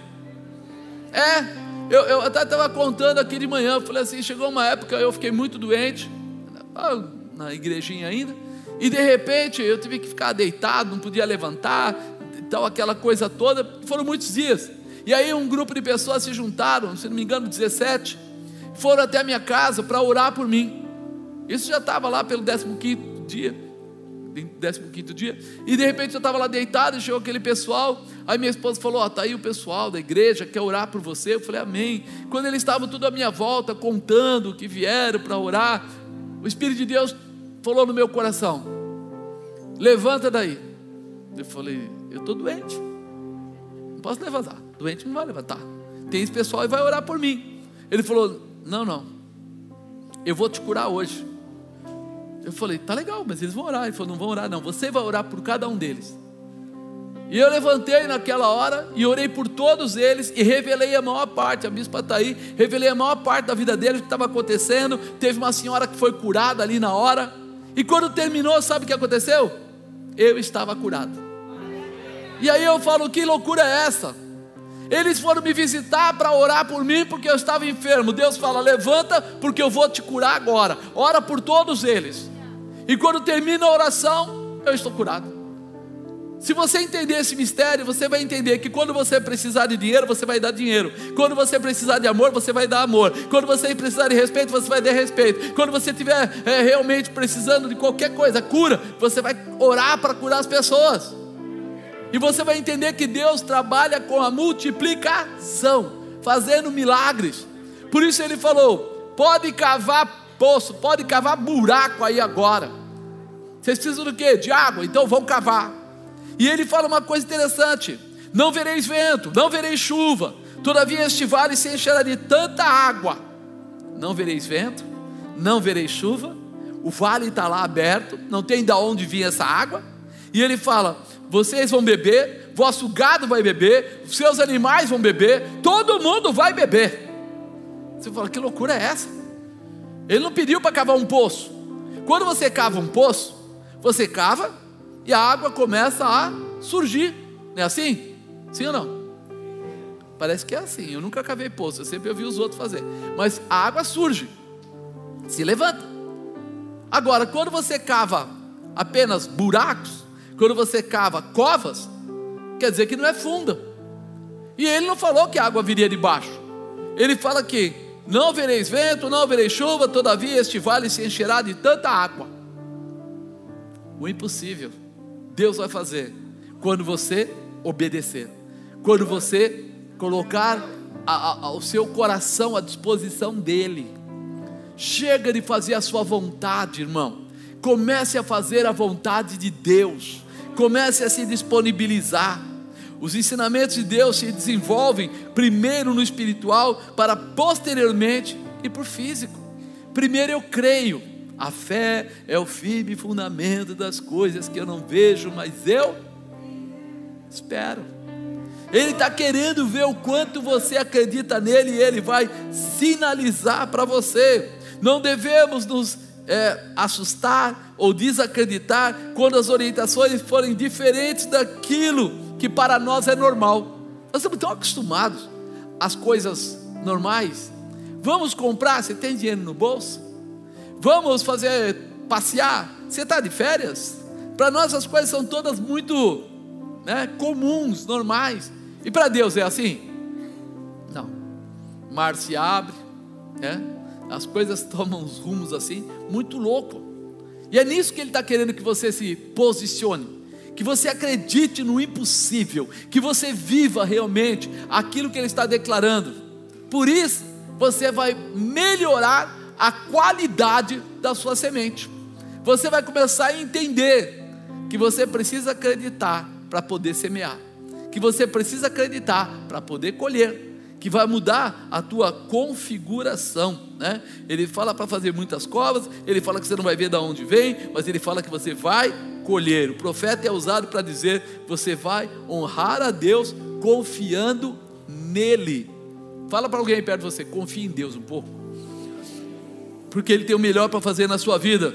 Eu até estava contando aqui de manhã, eu falei assim, chegou uma época, eu fiquei muito doente, na igrejinha ainda, e de repente eu tive que ficar deitado, não podia levantar, então aquela coisa toda, foram muitos dias. E aí um grupo de pessoas se juntaram, se não me engano 17, foram até a minha casa para orar por mim. Isso já estava lá pelo 15º dia, e de repente eu estava lá deitado, e chegou aquele pessoal. Aí minha esposa falou: está aí o pessoal da igreja, quer orar por você. Eu falei: amém. Quando eles estavam tudo à minha volta, contando que vieram para orar, o Espírito de Deus falou no meu coração: levanta daí, Eu falei, eu estou doente, não posso levantar, doente não vai levantar, tem esse pessoal e vai orar por mim. Ele falou, não, eu vou te curar hoje. Eu falei, tá legal, mas eles vão orar. Ele falou, não vão orar não, você vai orar por cada um deles. E eu levantei naquela hora e orei por todos eles e revelei a maior parte, a bispa está aí, revelei a maior parte da vida deles, o que estava acontecendo. Teve uma senhora que foi curada ali na hora, e quando terminou, sabe o que aconteceu? Eu estava curado. E aí eu falo, que loucura é essa? Eles foram me visitar para orar por mim porque eu estava enfermo. Deus fala, levanta porque eu vou te curar agora. Ora por todos eles. E quando termina a oração, eu estou curado. Se você entender esse mistério, você vai entender que quando você precisar de dinheiro, você vai dar dinheiro. Quando você precisar de amor, você vai dar amor. Quando você precisar de respeito, você vai dar respeito. Quando você estiver realmente precisando de qualquer coisa, cura, você vai orar para curar as pessoas. E você vai entender que Deus trabalha com a multiplicação, fazendo milagres. Por isso ele falou, pode cavar poço, pode cavar buraco aí agora. Vocês precisam do quê? De água? Então vão cavar. E ele fala uma coisa interessante, não vereis vento, não vereis chuva, todavia este vale se encherá de tanta água. Não vereis vento, não vereis chuva, o vale está lá aberto, não tem de onde vir essa água. E ele fala, vocês vão beber, vosso gado vai beber, seus animais vão beber, todo mundo vai beber. Você fala, que loucura é essa? Ele não pediu para cavar um poço. Quando você cava um poço, você cava e a água começa a surgir, não é assim? Sim ou não? Parece que é assim, eu nunca cavei poço, eu sempre ouvi os outros fazer, mas a água surge, se levanta. Agora, quando você cava apenas buracos, quando você cava covas, quer dizer que não é funda. E ele não falou que a água viria de baixo, ele fala que não vereis vento, não vereis chuva, todavia este vale se encherá de tanta água. O impossível Deus vai fazer quando você obedecer, quando você colocar o seu coração à disposição dele. Chega de fazer a sua vontade, irmão, comece a fazer a vontade de Deus, comece a se disponibilizar. Os ensinamentos de Deus se desenvolvem primeiro no espiritual, para posteriormente ir para o físico. Primeiro eu creio. A fé é o firme fundamento das coisas que eu não vejo, mas eu espero. Ele está querendo ver o quanto você acredita nele, e ele vai sinalizar para você. Não devemos nos assustar ou desacreditar quando as orientações forem diferentes daquilo que para nós é normal. Nós estamos tão acostumados às coisas normais. Vamos comprar, você tem dinheiro no bolso? Vamos passear, você está de férias? Para nós as coisas são todas muito comuns, normais. E para Deus é assim? Não. O mar se abre, as coisas tomam uns rumos assim, muito louco. E é nisso que Ele está querendo que você se posicione, que você acredite no impossível, que você viva realmente aquilo que Ele está declarando. Por isso você vai melhorar a qualidade da sua semente. Você vai começar a entender que você precisa acreditar para poder semear, que você precisa acreditar para poder colher, que vai mudar a tua configuração, Ele fala para fazer muitas covas, ele fala que você não vai ver de onde vem, mas ele fala que você vai colher. O profeta é usado para dizer, você vai honrar a Deus confiando nele. Fala para alguém perto de você, confie em Deus um pouco, porque Ele tem o melhor para fazer na sua vida.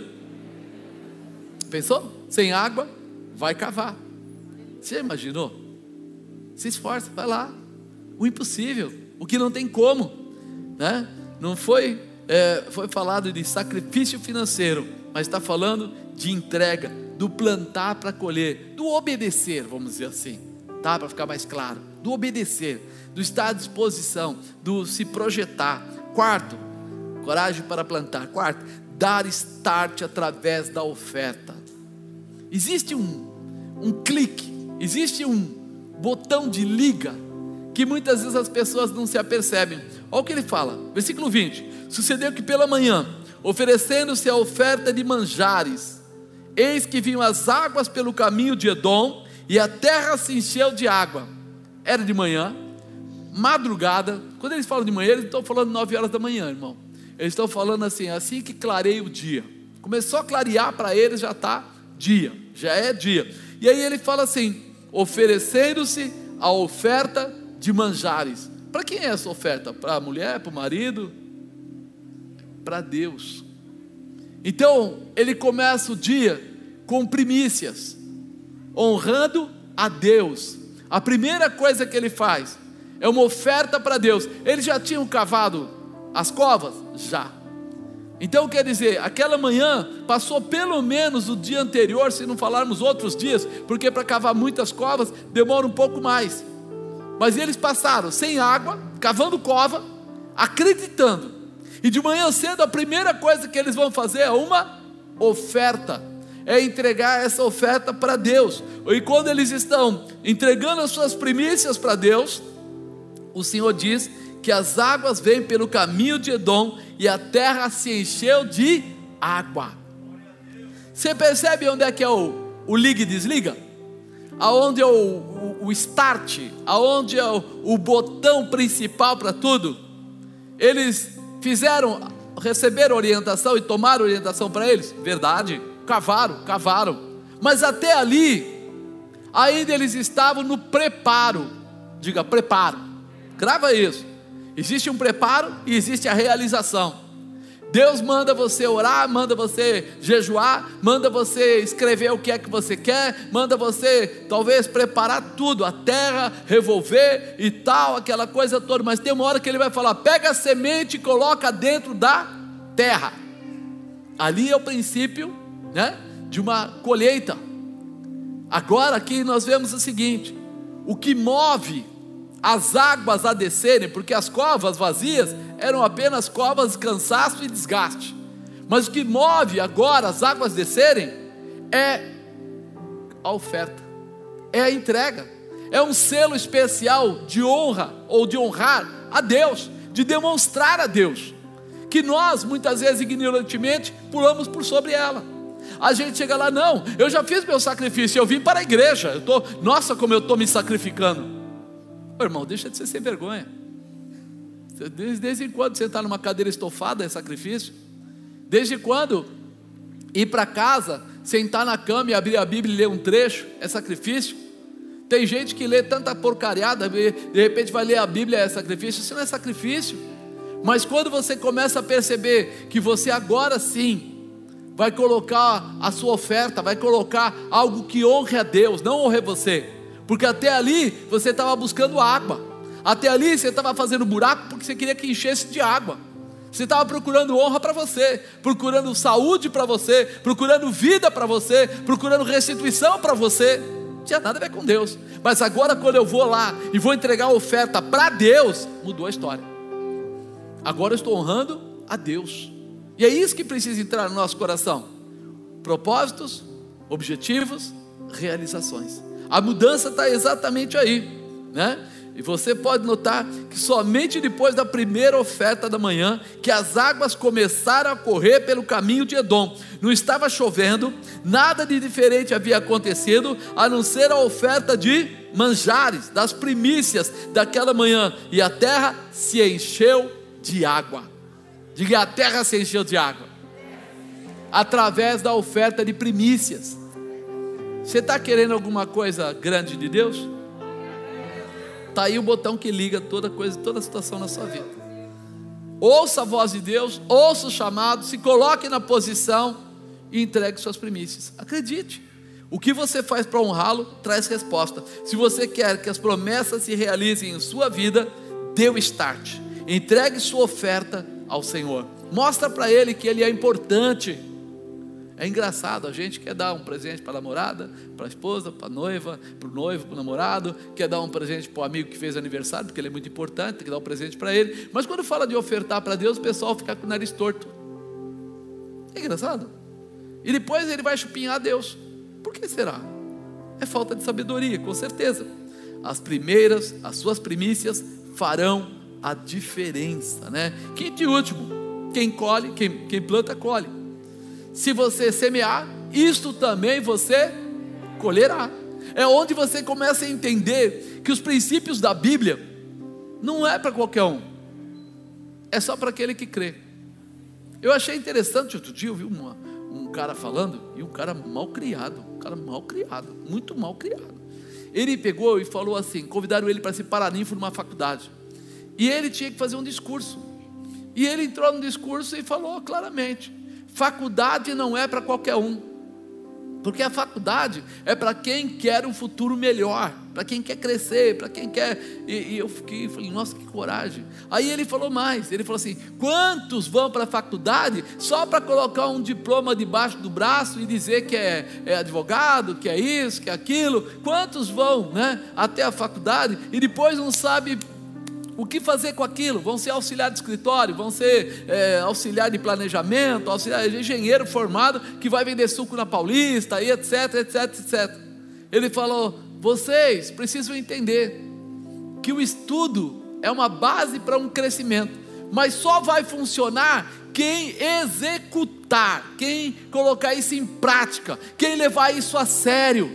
Pensou? Sem água, vai cavar. Você imaginou? Se esforça, vai lá. O impossível, o que não tem como, Não foi falado de sacrifício financeiro, mas está falando de entrega, do plantar para colher, do obedecer, vamos dizer assim, tá? Para ficar mais claro, do obedecer, do estar à disposição, do se projetar. Quarto, coragem para plantar. Quarto, dar start através da oferta. Existe um clique, existe um botão de liga, que muitas vezes as pessoas não se apercebem. Olha o que ele fala, versículo 20: sucedeu que pela manhã, oferecendo-se a oferta de manjares, eis que vinham as águas pelo caminho de Edom, e a terra se encheu de água. Era de manhã, madrugada. Quando eles falam de manhã, eles estão falando 9 horas da manhã, irmão. Eles estão falando assim que clareia o dia. Começou a clarear para eles, já está dia, já é dia. E aí ele fala assim: oferecendo-se a oferta de manjares. Para quem é essa oferta? Para a mulher, para o marido? Para Deus. Então ele começa o dia com primícias, honrando a Deus. A primeira coisa que ele faz é uma oferta para Deus. Eles já tinham cavado as covas? Já. Então quer dizer, aquela manhã passou pelo menos o dia anterior, se não falarmos outros dias, porque para cavar muitas covas demora um pouco mais. Mas eles passaram sem água, cavando cova, acreditando. E de manhã cedo a primeira coisa que eles vão fazer é uma oferta. É entregar essa oferta para Deus. E quando eles estão entregando as suas primícias para Deus, o Senhor diz que as águas vêm pelo caminho de Edom e a terra se encheu de água. Você percebe onde é que é o liga e desliga? Aonde é o start? Aonde é o botão principal para tudo? Eles receberam orientação e tomaram orientação para eles? Verdade, cavaram. Mas até ali, ainda eles estavam no preparo. Diga, preparo. Grava isso. Existe um preparo e existe a realização. Deus manda você orar, manda você jejuar, manda você escrever o que é que você quer, manda você talvez preparar tudo, a terra, revolver e tal, aquela coisa toda. Mas tem uma hora que ele vai falar: pega a semente e coloca dentro da terra. Ali é o princípio, né, de uma colheita. Agora aqui nós vemos o seguinte: o que move as águas a descerem, porque as covas vazias eram apenas covas de cansaço e desgaste, mas o que move agora as águas descerem é a oferta, é a entrega, é um selo especial de honra, ou de honrar a Deus, de demonstrar a Deus, que nós muitas vezes ignorantemente pulamos por sobre ela. A gente chega lá: não, eu já fiz meu sacrifício, eu vim para a igreja, nossa, como eu estou me sacrificando. Ô, irmão, deixa de ser sem vergonha. Desde quando sentar numa cadeira estofada é sacrifício? Desde quando ir para casa, sentar na cama e abrir a Bíblia e ler um trecho é sacrifício? Tem gente que lê tanta porcariada, de repente vai ler a Bíblia, é sacrifício? Isso não é sacrifício. Mas quando você começa a perceber que você agora sim vai colocar a sua oferta, vai colocar algo que honre a Deus, não honre você, porque até ali você estava buscando água, até ali você estava fazendo buraco porque você queria que enchesse de água, você estava procurando honra para você, procurando saúde para você, procurando vida para você, procurando restituição para você. Não tinha nada a ver com Deus. Mas agora quando eu vou lá e vou entregar a oferta para Deus, mudou a história. Agora eu estou honrando a Deus. E é isso que precisa entrar no nosso coração: propósitos, objetivos, realizações. A mudança está exatamente aí, né? E você pode notar que somente depois da primeira oferta da manhã, que as águas começaram a correr pelo caminho de Edom. Não estava chovendo, nada de diferente havia acontecido, a não ser a oferta de manjares, das primícias daquela manhã. E a terra se encheu de água. Diga: a terra se encheu de água, através da oferta de primícias. Você está querendo alguma coisa grande de Deus? Está aí o botão que liga toda coisa, toda situação na sua vida. Ouça a voz de Deus, ouça o chamado, se coloque na posição e entregue suas primícias. Acredite, o que você faz para honrá-lo traz resposta. Se você quer que as promessas se realizem em sua vida, dê o start, entregue sua oferta ao Senhor, mostra para Ele que Ele é importante. É engraçado, a gente quer dar um presente para a namorada, para a esposa, para a noiva, para o noivo, para o namorado, quer dar um presente para o amigo que fez aniversário, porque ele é muito importante, tem que dar um presente para ele. Mas quando fala de ofertar para Deus, o pessoal fica com o nariz torto. É engraçado. E depois ele vai chupinhar a Deus. Por que será? É falta de sabedoria, com certeza. As suas primícias farão a diferença, né? Quinto e último: quem colhe, quem planta, colhe. Se você semear, isto também você colherá. é onde você começa a entender que os princípios da Bíblia não é para qualquer um, é só para aquele que crê. Eu achei interessante, outro dia eu vi um cara falando, e um cara mal criado, muito mal criado. Ele pegou e falou assim, convidaram ele para ser paraninfo numa faculdade, e ele tinha que fazer um discurso, e ele entrou no discurso e falou claramente: faculdade não é para qualquer um, porque a faculdade é para quem quer um futuro melhor, para quem quer crescer, para quem quer. E eu falei, nossa, que coragem. Aí ele falou mais, ele falou assim: quantos vão para a faculdade só para colocar um diploma debaixo do braço e dizer que é advogado, que é isso, que é aquilo? Quantos vão, né, até a faculdade e depois não sabe o que fazer com aquilo? Vão ser auxiliar de escritório, vão ser auxiliar de planejamento, auxiliar de engenheiro formado que vai vender suco na Paulista, e etc, etc, etc. Ele falou: vocês precisam entender que o estudo é uma base para um crescimento, mas só vai funcionar quem executar, quem colocar isso em prática, quem levar isso a sério.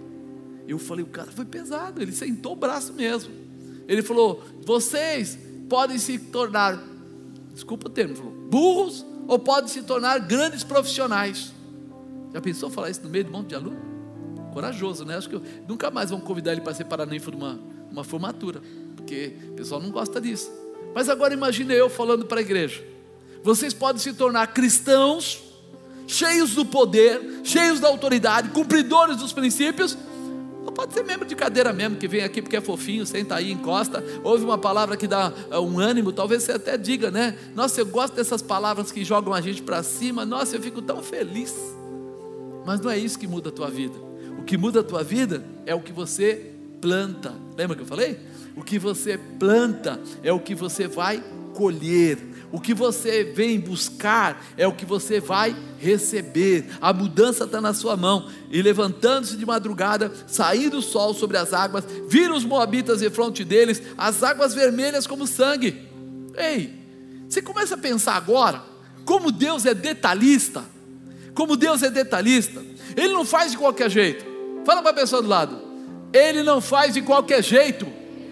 Eu falei, o cara foi pesado, ele sentou o braço mesmo. Ele falou: vocês podem se tornar, desculpa o termo, falou, burros, ou podem se tornar grandes profissionais. Já pensou falar isso no meio de um monte de aluno? Corajoso, né? Acho que nunca mais vão convidar ele para ser paraninfo numa formatura, porque o pessoal não gosta disso. Mas agora imagine eu falando para a igreja: vocês podem se tornar cristãos, cheios do poder, cheios da autoridade, cumpridores dos princípios, ou pode ser membro de cadeira mesmo, que vem aqui porque é fofinho, senta aí, encosta, ouve uma palavra que dá um ânimo, talvez você até diga, né? Nossa, eu gosto dessas palavras que jogam a gente para cima, nossa, eu fico tão feliz. Mas não é isso que muda a tua vida. O que muda a tua vida é o que você planta. Lembra que eu falei? O que você planta é o que você vai colher. O que você vem buscar é o que você vai receber. A mudança está na sua mão. E levantando-se de madrugada, saindo o sol sobre as águas, viram os moabitas defronte deles, as águas vermelhas como sangue. Ei, você começa a pensar agora como Deus é detalhista. Como Deus é detalhista. Ele não faz de qualquer jeito. Fala para a pessoa do lado: Ele não faz de qualquer jeito.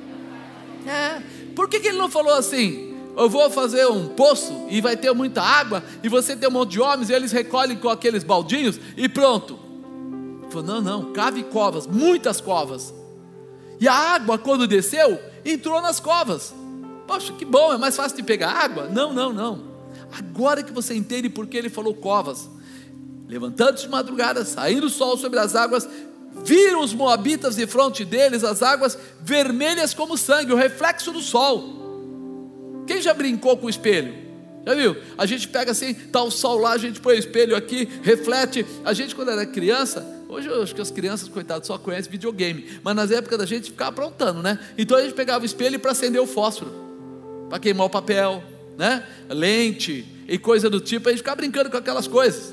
Por que ele não falou assim: eu vou fazer um poço e vai ter muita água, e você tem um monte de homens e eles recolhem com aqueles baldinhos e pronto? Ele falou: não, cave covas, muitas covas. E a água, quando desceu, entrou nas covas. Poxa, que bom, é mais fácil de pegar água? Não. Agora que você entende por que ele falou covas. Levantando-se de madrugada, saindo o sol sobre as águas, viram os moabitas defronte deles, as águas vermelhas como sangue, o reflexo do sol. Quem já brincou com o espelho? Já viu? A gente pega assim, está o sol lá, a gente põe o espelho aqui, reflete. A gente, quando era criança, hoje eu acho que as crianças, coitadas, só conhecem videogame, mas nas épocas da gente ficava aprontando, né? Então a gente pegava o espelho para acender o fósforo, para queimar o papel, né? Lente e coisa do tipo, a gente ficava brincando com aquelas coisas.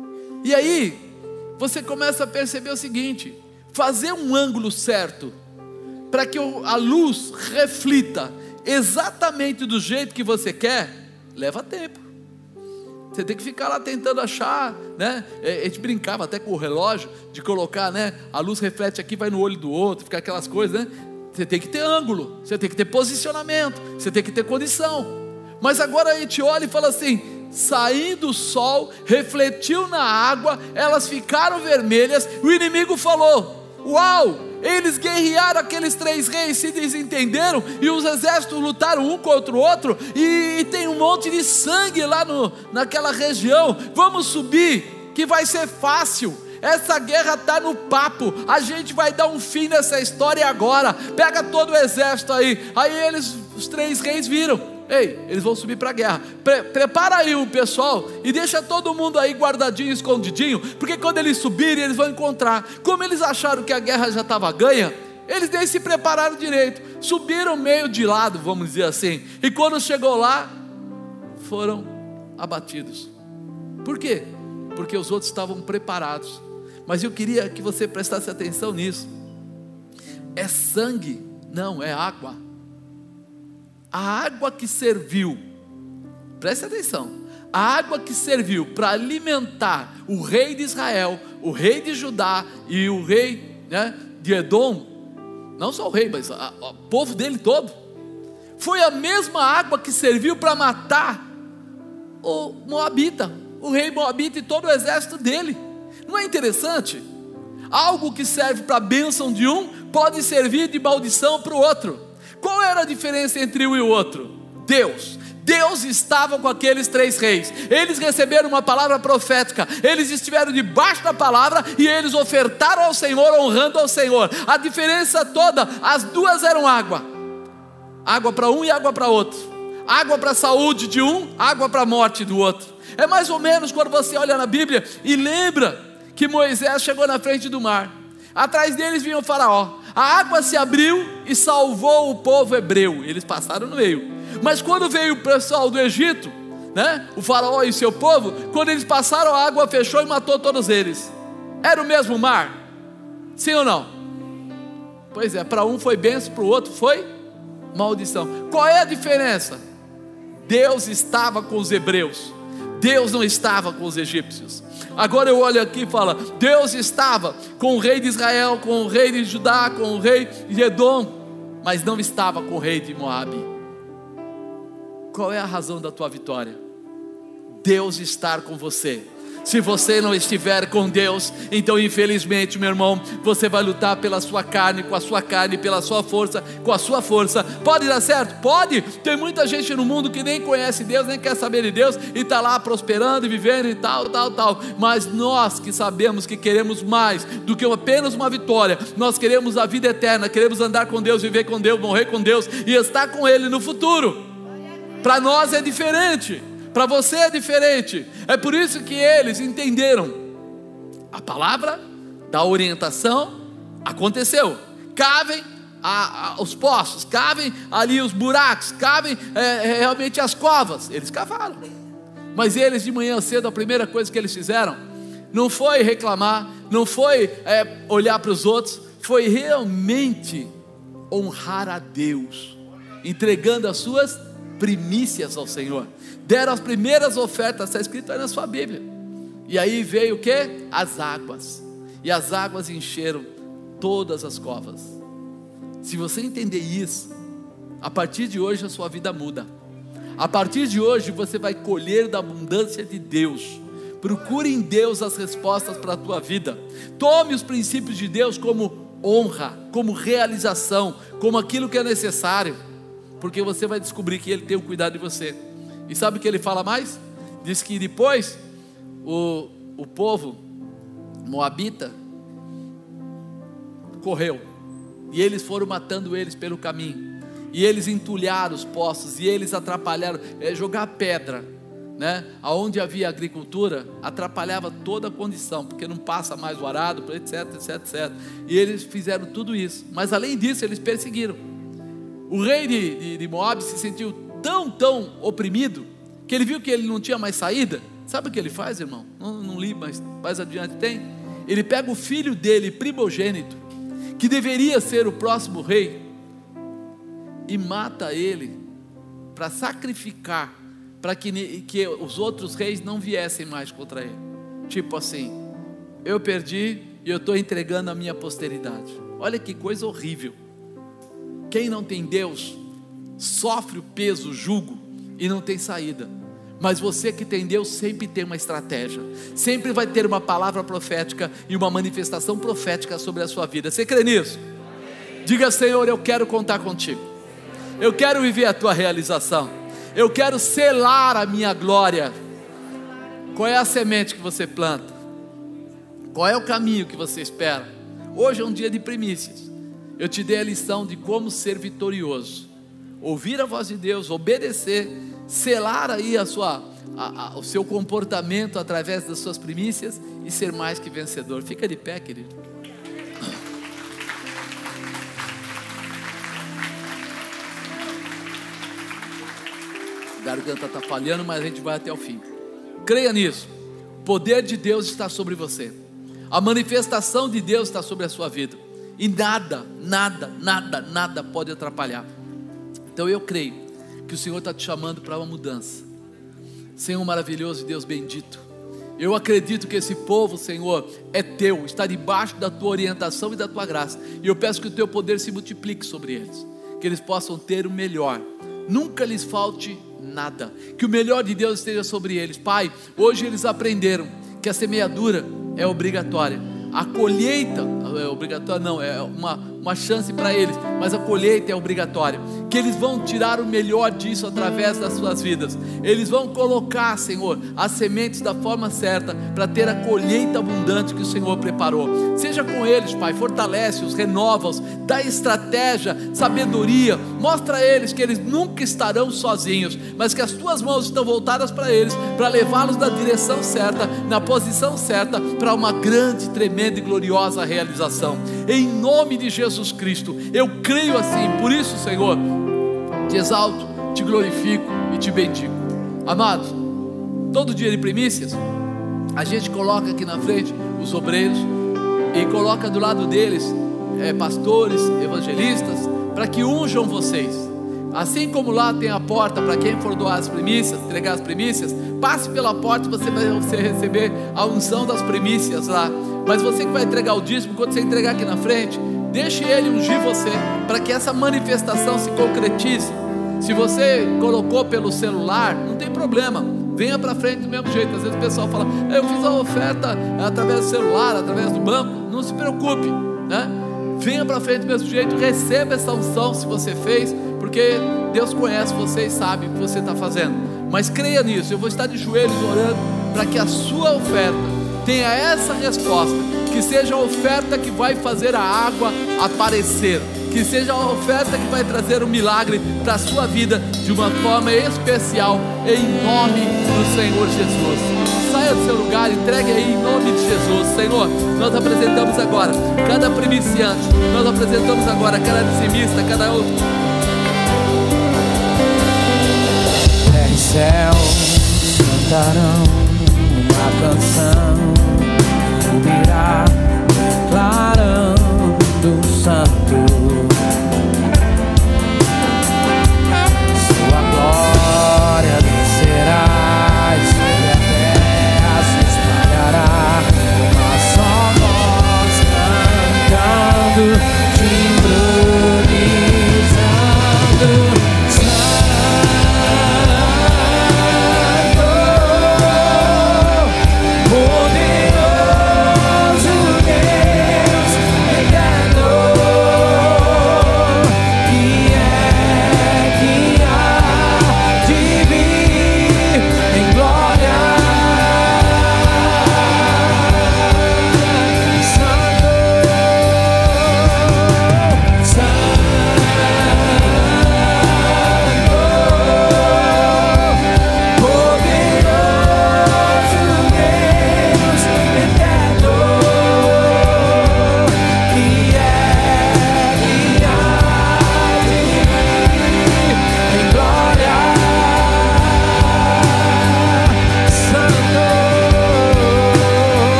E aí você começa a perceber o seguinte: fazer um ângulo certo para que a luz reflita exatamente do jeito que você quer, leva tempo. Você tem que ficar lá tentando achar, né? A gente brincava até com o relógio de colocar, né? A luz reflete aqui, vai no olho do outro, fica aquelas coisas, né? Você tem que ter ângulo, você tem que ter posicionamento, você tem que ter condição. Mas agora a gente olha e fala assim: saindo o sol, refletiu na água, elas ficaram vermelhas. O inimigo falou: uau! Eles guerrearam, aqueles 3 reis se desentenderam, e os exércitos lutaram um contra o outro, e tem um monte de sangue lá naquela região. Vamos subir, que vai ser fácil. Essa guerra está no papo, a gente vai dar um fim nessa história agora. Pega todo o exército aí. Aí os 3 reis viram: ei, eles vão subir para a guerra. Prepara aí o pessoal e deixa todo mundo aí guardadinho, escondidinho, porque quando eles subirem, eles vão encontrar. Como eles acharam que a guerra já estava ganha, eles nem se prepararam direito, subiram meio de lado, vamos dizer assim, e quando chegou lá, foram abatidos. Por quê? Porque os outros estavam preparados. Mas eu queria que você prestasse atenção nisso. É sangue? Não, é água. A água que serviu, preste atenção, a água que serviu para alimentar o rei de Israel, o rei de Judá e o rei, né, de Edom, não só o rei, mas o povo dele todo, foi a mesma água que serviu para matar o Moabita, o rei Moabita e todo o exército dele. Não é interessante? Algo que serve para a bênção de um, pode servir de maldição para o outro. Qual era a diferença entre um e o outro? Deus estava com aqueles 3 reis. Eles receberam uma palavra profética, eles estiveram debaixo da palavra e eles ofertaram ao Senhor, honrando ao Senhor. A diferença toda, as duas eram água para um e água para outro, água para a saúde de um, água para a morte do outro. É mais ou menos quando você olha na Bíblia e lembra que Moisés chegou na frente do mar, atrás deles vinha o faraó, a água se abriu e salvou o povo hebreu, eles passaram no meio. Mas quando veio o pessoal do Egito, né, o faraó e seu povo, quando eles passaram, a água fechou e matou todos eles. Era o mesmo mar? Sim ou não? Pois é, para um foi bênção, para o outro foi maldição. Qual é a diferença? Deus estava com os hebreus, Deus não estava com os egípcios. Agora eu olho aqui e falo, Deus estava com o rei de Israel, com o rei de Judá, com o rei de Edom, mas não estava com o rei de Moabe. Qual é a razão da tua vitória? Deus estar com você. Se você não estiver com Deus, então infelizmente, meu irmão, você vai lutar pela sua carne, com a sua carne, pela sua força, com a sua força. Pode dar certo? Pode. Tem muita gente no mundo que nem conhece Deus, nem quer saber de Deus, e está lá prosperando e vivendo e tal. Mas nós que sabemos que queremos mais do que apenas uma vitória, nós queremos a vida eterna, queremos andar com Deus, viver com Deus, morrer com Deus e estar com Ele no futuro. Para nós é diferente, para você é diferente. É por isso que eles entenderam a palavra da orientação. Aconteceu, cavem os poços, cavem ali os buracos, cavem realmente as covas. Eles cavaram, mas eles de manhã cedo, a primeira coisa que eles fizeram não foi reclamar, não foi olhar para os outros, foi realmente honrar a Deus, entregando as suas primícias ao Senhor. Deram as primeiras ofertas, está escrito aí na sua Bíblia. E aí veio o que? As águas. E as águas encheram todas as covas. Se você entender isso, a partir de hoje a sua vida muda. A partir de hoje você vai colher da abundância de Deus. Procure em Deus as respostas para a tua vida. Tome os princípios de Deus como honra, como realização, como aquilo que é necessário, porque você vai descobrir que Ele tem o cuidado de você. E sabe o que Ele fala mais? Diz que depois o povo moabita correu, e eles foram matando eles pelo caminho, e eles entulharam os poços, e eles atrapalharam, jogar pedra, né? Aonde havia agricultura, atrapalhava toda a condição, porque não passa mais o arado, etc. E eles fizeram tudo isso, mas além disso eles perseguiram. O rei de Moabe se sentiu tão oprimido, que ele viu que ele não tinha mais saída. Sabe o que ele faz, irmão? Não li, mas mais adiante tem. Ele pega o filho dele, primogênito, que deveria ser o próximo rei, e mata ele, para sacrificar, para que os outros reis não viessem mais contra ele. Tipo assim, eu perdi e eu estou entregando a minha posteridade. Olha que coisa horrível. Quem não tem Deus sofre o peso, o jugo, e não tem saída. Mas você que tem Deus sempre tem uma estratégia, sempre vai ter uma palavra profética e uma manifestação profética sobre a sua vida. Você crê nisso? Diga: Senhor, eu quero contar contigo, eu quero viver a tua realização, eu quero selar a minha glória. Qual é a semente que você planta? Qual é o caminho que você espera? Hoje é um dia de primícias. Eu te dei a lição de como ser vitorioso, ouvir a voz de Deus, obedecer, selar aí o seu comportamento através das suas primícias e ser mais que vencedor. Fica de pé, querido. A garganta está falhando, mas a gente vai até o fim. Creia nisso. O poder de Deus está sobre você, a manifestação de Deus está sobre a sua vida, e nada pode atrapalhar. Então eu creio que o Senhor está te chamando para uma mudança. Senhor maravilhoso, Deus bendito, Eu acredito que esse povo, Senhor, é teu, está debaixo da tua orientação e da tua graça. E eu peço que o teu poder se multiplique sobre eles, que eles possam ter o melhor, nunca lhes falte nada, que o melhor de Deus esteja sobre eles. Pai, hoje eles aprenderam que a semeadura é obrigatória, a colheita é obrigatória, não, é uma chance para eles, mas a colheita é obrigatória, que eles vão tirar o melhor disso através das suas vidas. Eles vão colocar, Senhor, as sementes da forma certa, para ter a colheita abundante que o Senhor preparou. Seja com eles, Pai, fortalece-os, renova-os, dá estratégia, sabedoria, mostra a eles que eles nunca estarão sozinhos, mas que as tuas mãos estão voltadas para eles, para levá-los na direção certa, na posição certa, para uma grande, tremenda e gloriosa realização. Em nome de Jesus Cristo, eu creio assim. Por isso, Senhor, te exalto, te glorifico e te bendigo. Amados, todo dia de primícias, a gente coloca aqui na frente os obreiros e coloca do lado deles pastores, evangelistas, para que unjam vocês. Assim como lá tem a porta para quem for doar as primícias, entregar as primícias, passe pela porta, você vai receber a unção das primícias lá. Mas você que vai entregar o dízimo, quando você entregar aqui na frente, deixe ele ungir você, para que essa manifestação se concretize. Se você colocou pelo celular, não tem problema, venha para frente do mesmo jeito. Às vezes o pessoal fala, eu fiz a oferta através do celular, através do banco. Não se preocupe, né? Venha para frente do mesmo jeito, receba essa unção se você fez, porque Deus conhece você e sabe o que você está fazendo. Mas creia nisso, eu vou estar de joelhos orando para que a sua oferta tenha essa resposta, que seja a oferta que vai fazer a água aparecer, que seja a oferta que vai trazer um milagre para a sua vida de uma forma especial, em nome do Senhor Jesus. Saia do seu lugar, entregue aí em nome de Jesus. Senhor, nós apresentamos agora cada primiciante, nós apresentamos agora cada dizimista, cada outro. Terra e céu cantarão uma canção, subirá clarando o santo. Sua glória descerá e sobre a terra se espalhará. Uma só voz cantando, sincronizando.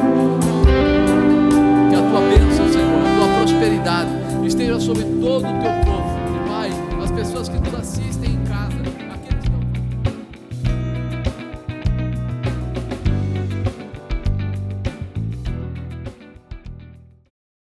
Esteja sobre todo o teu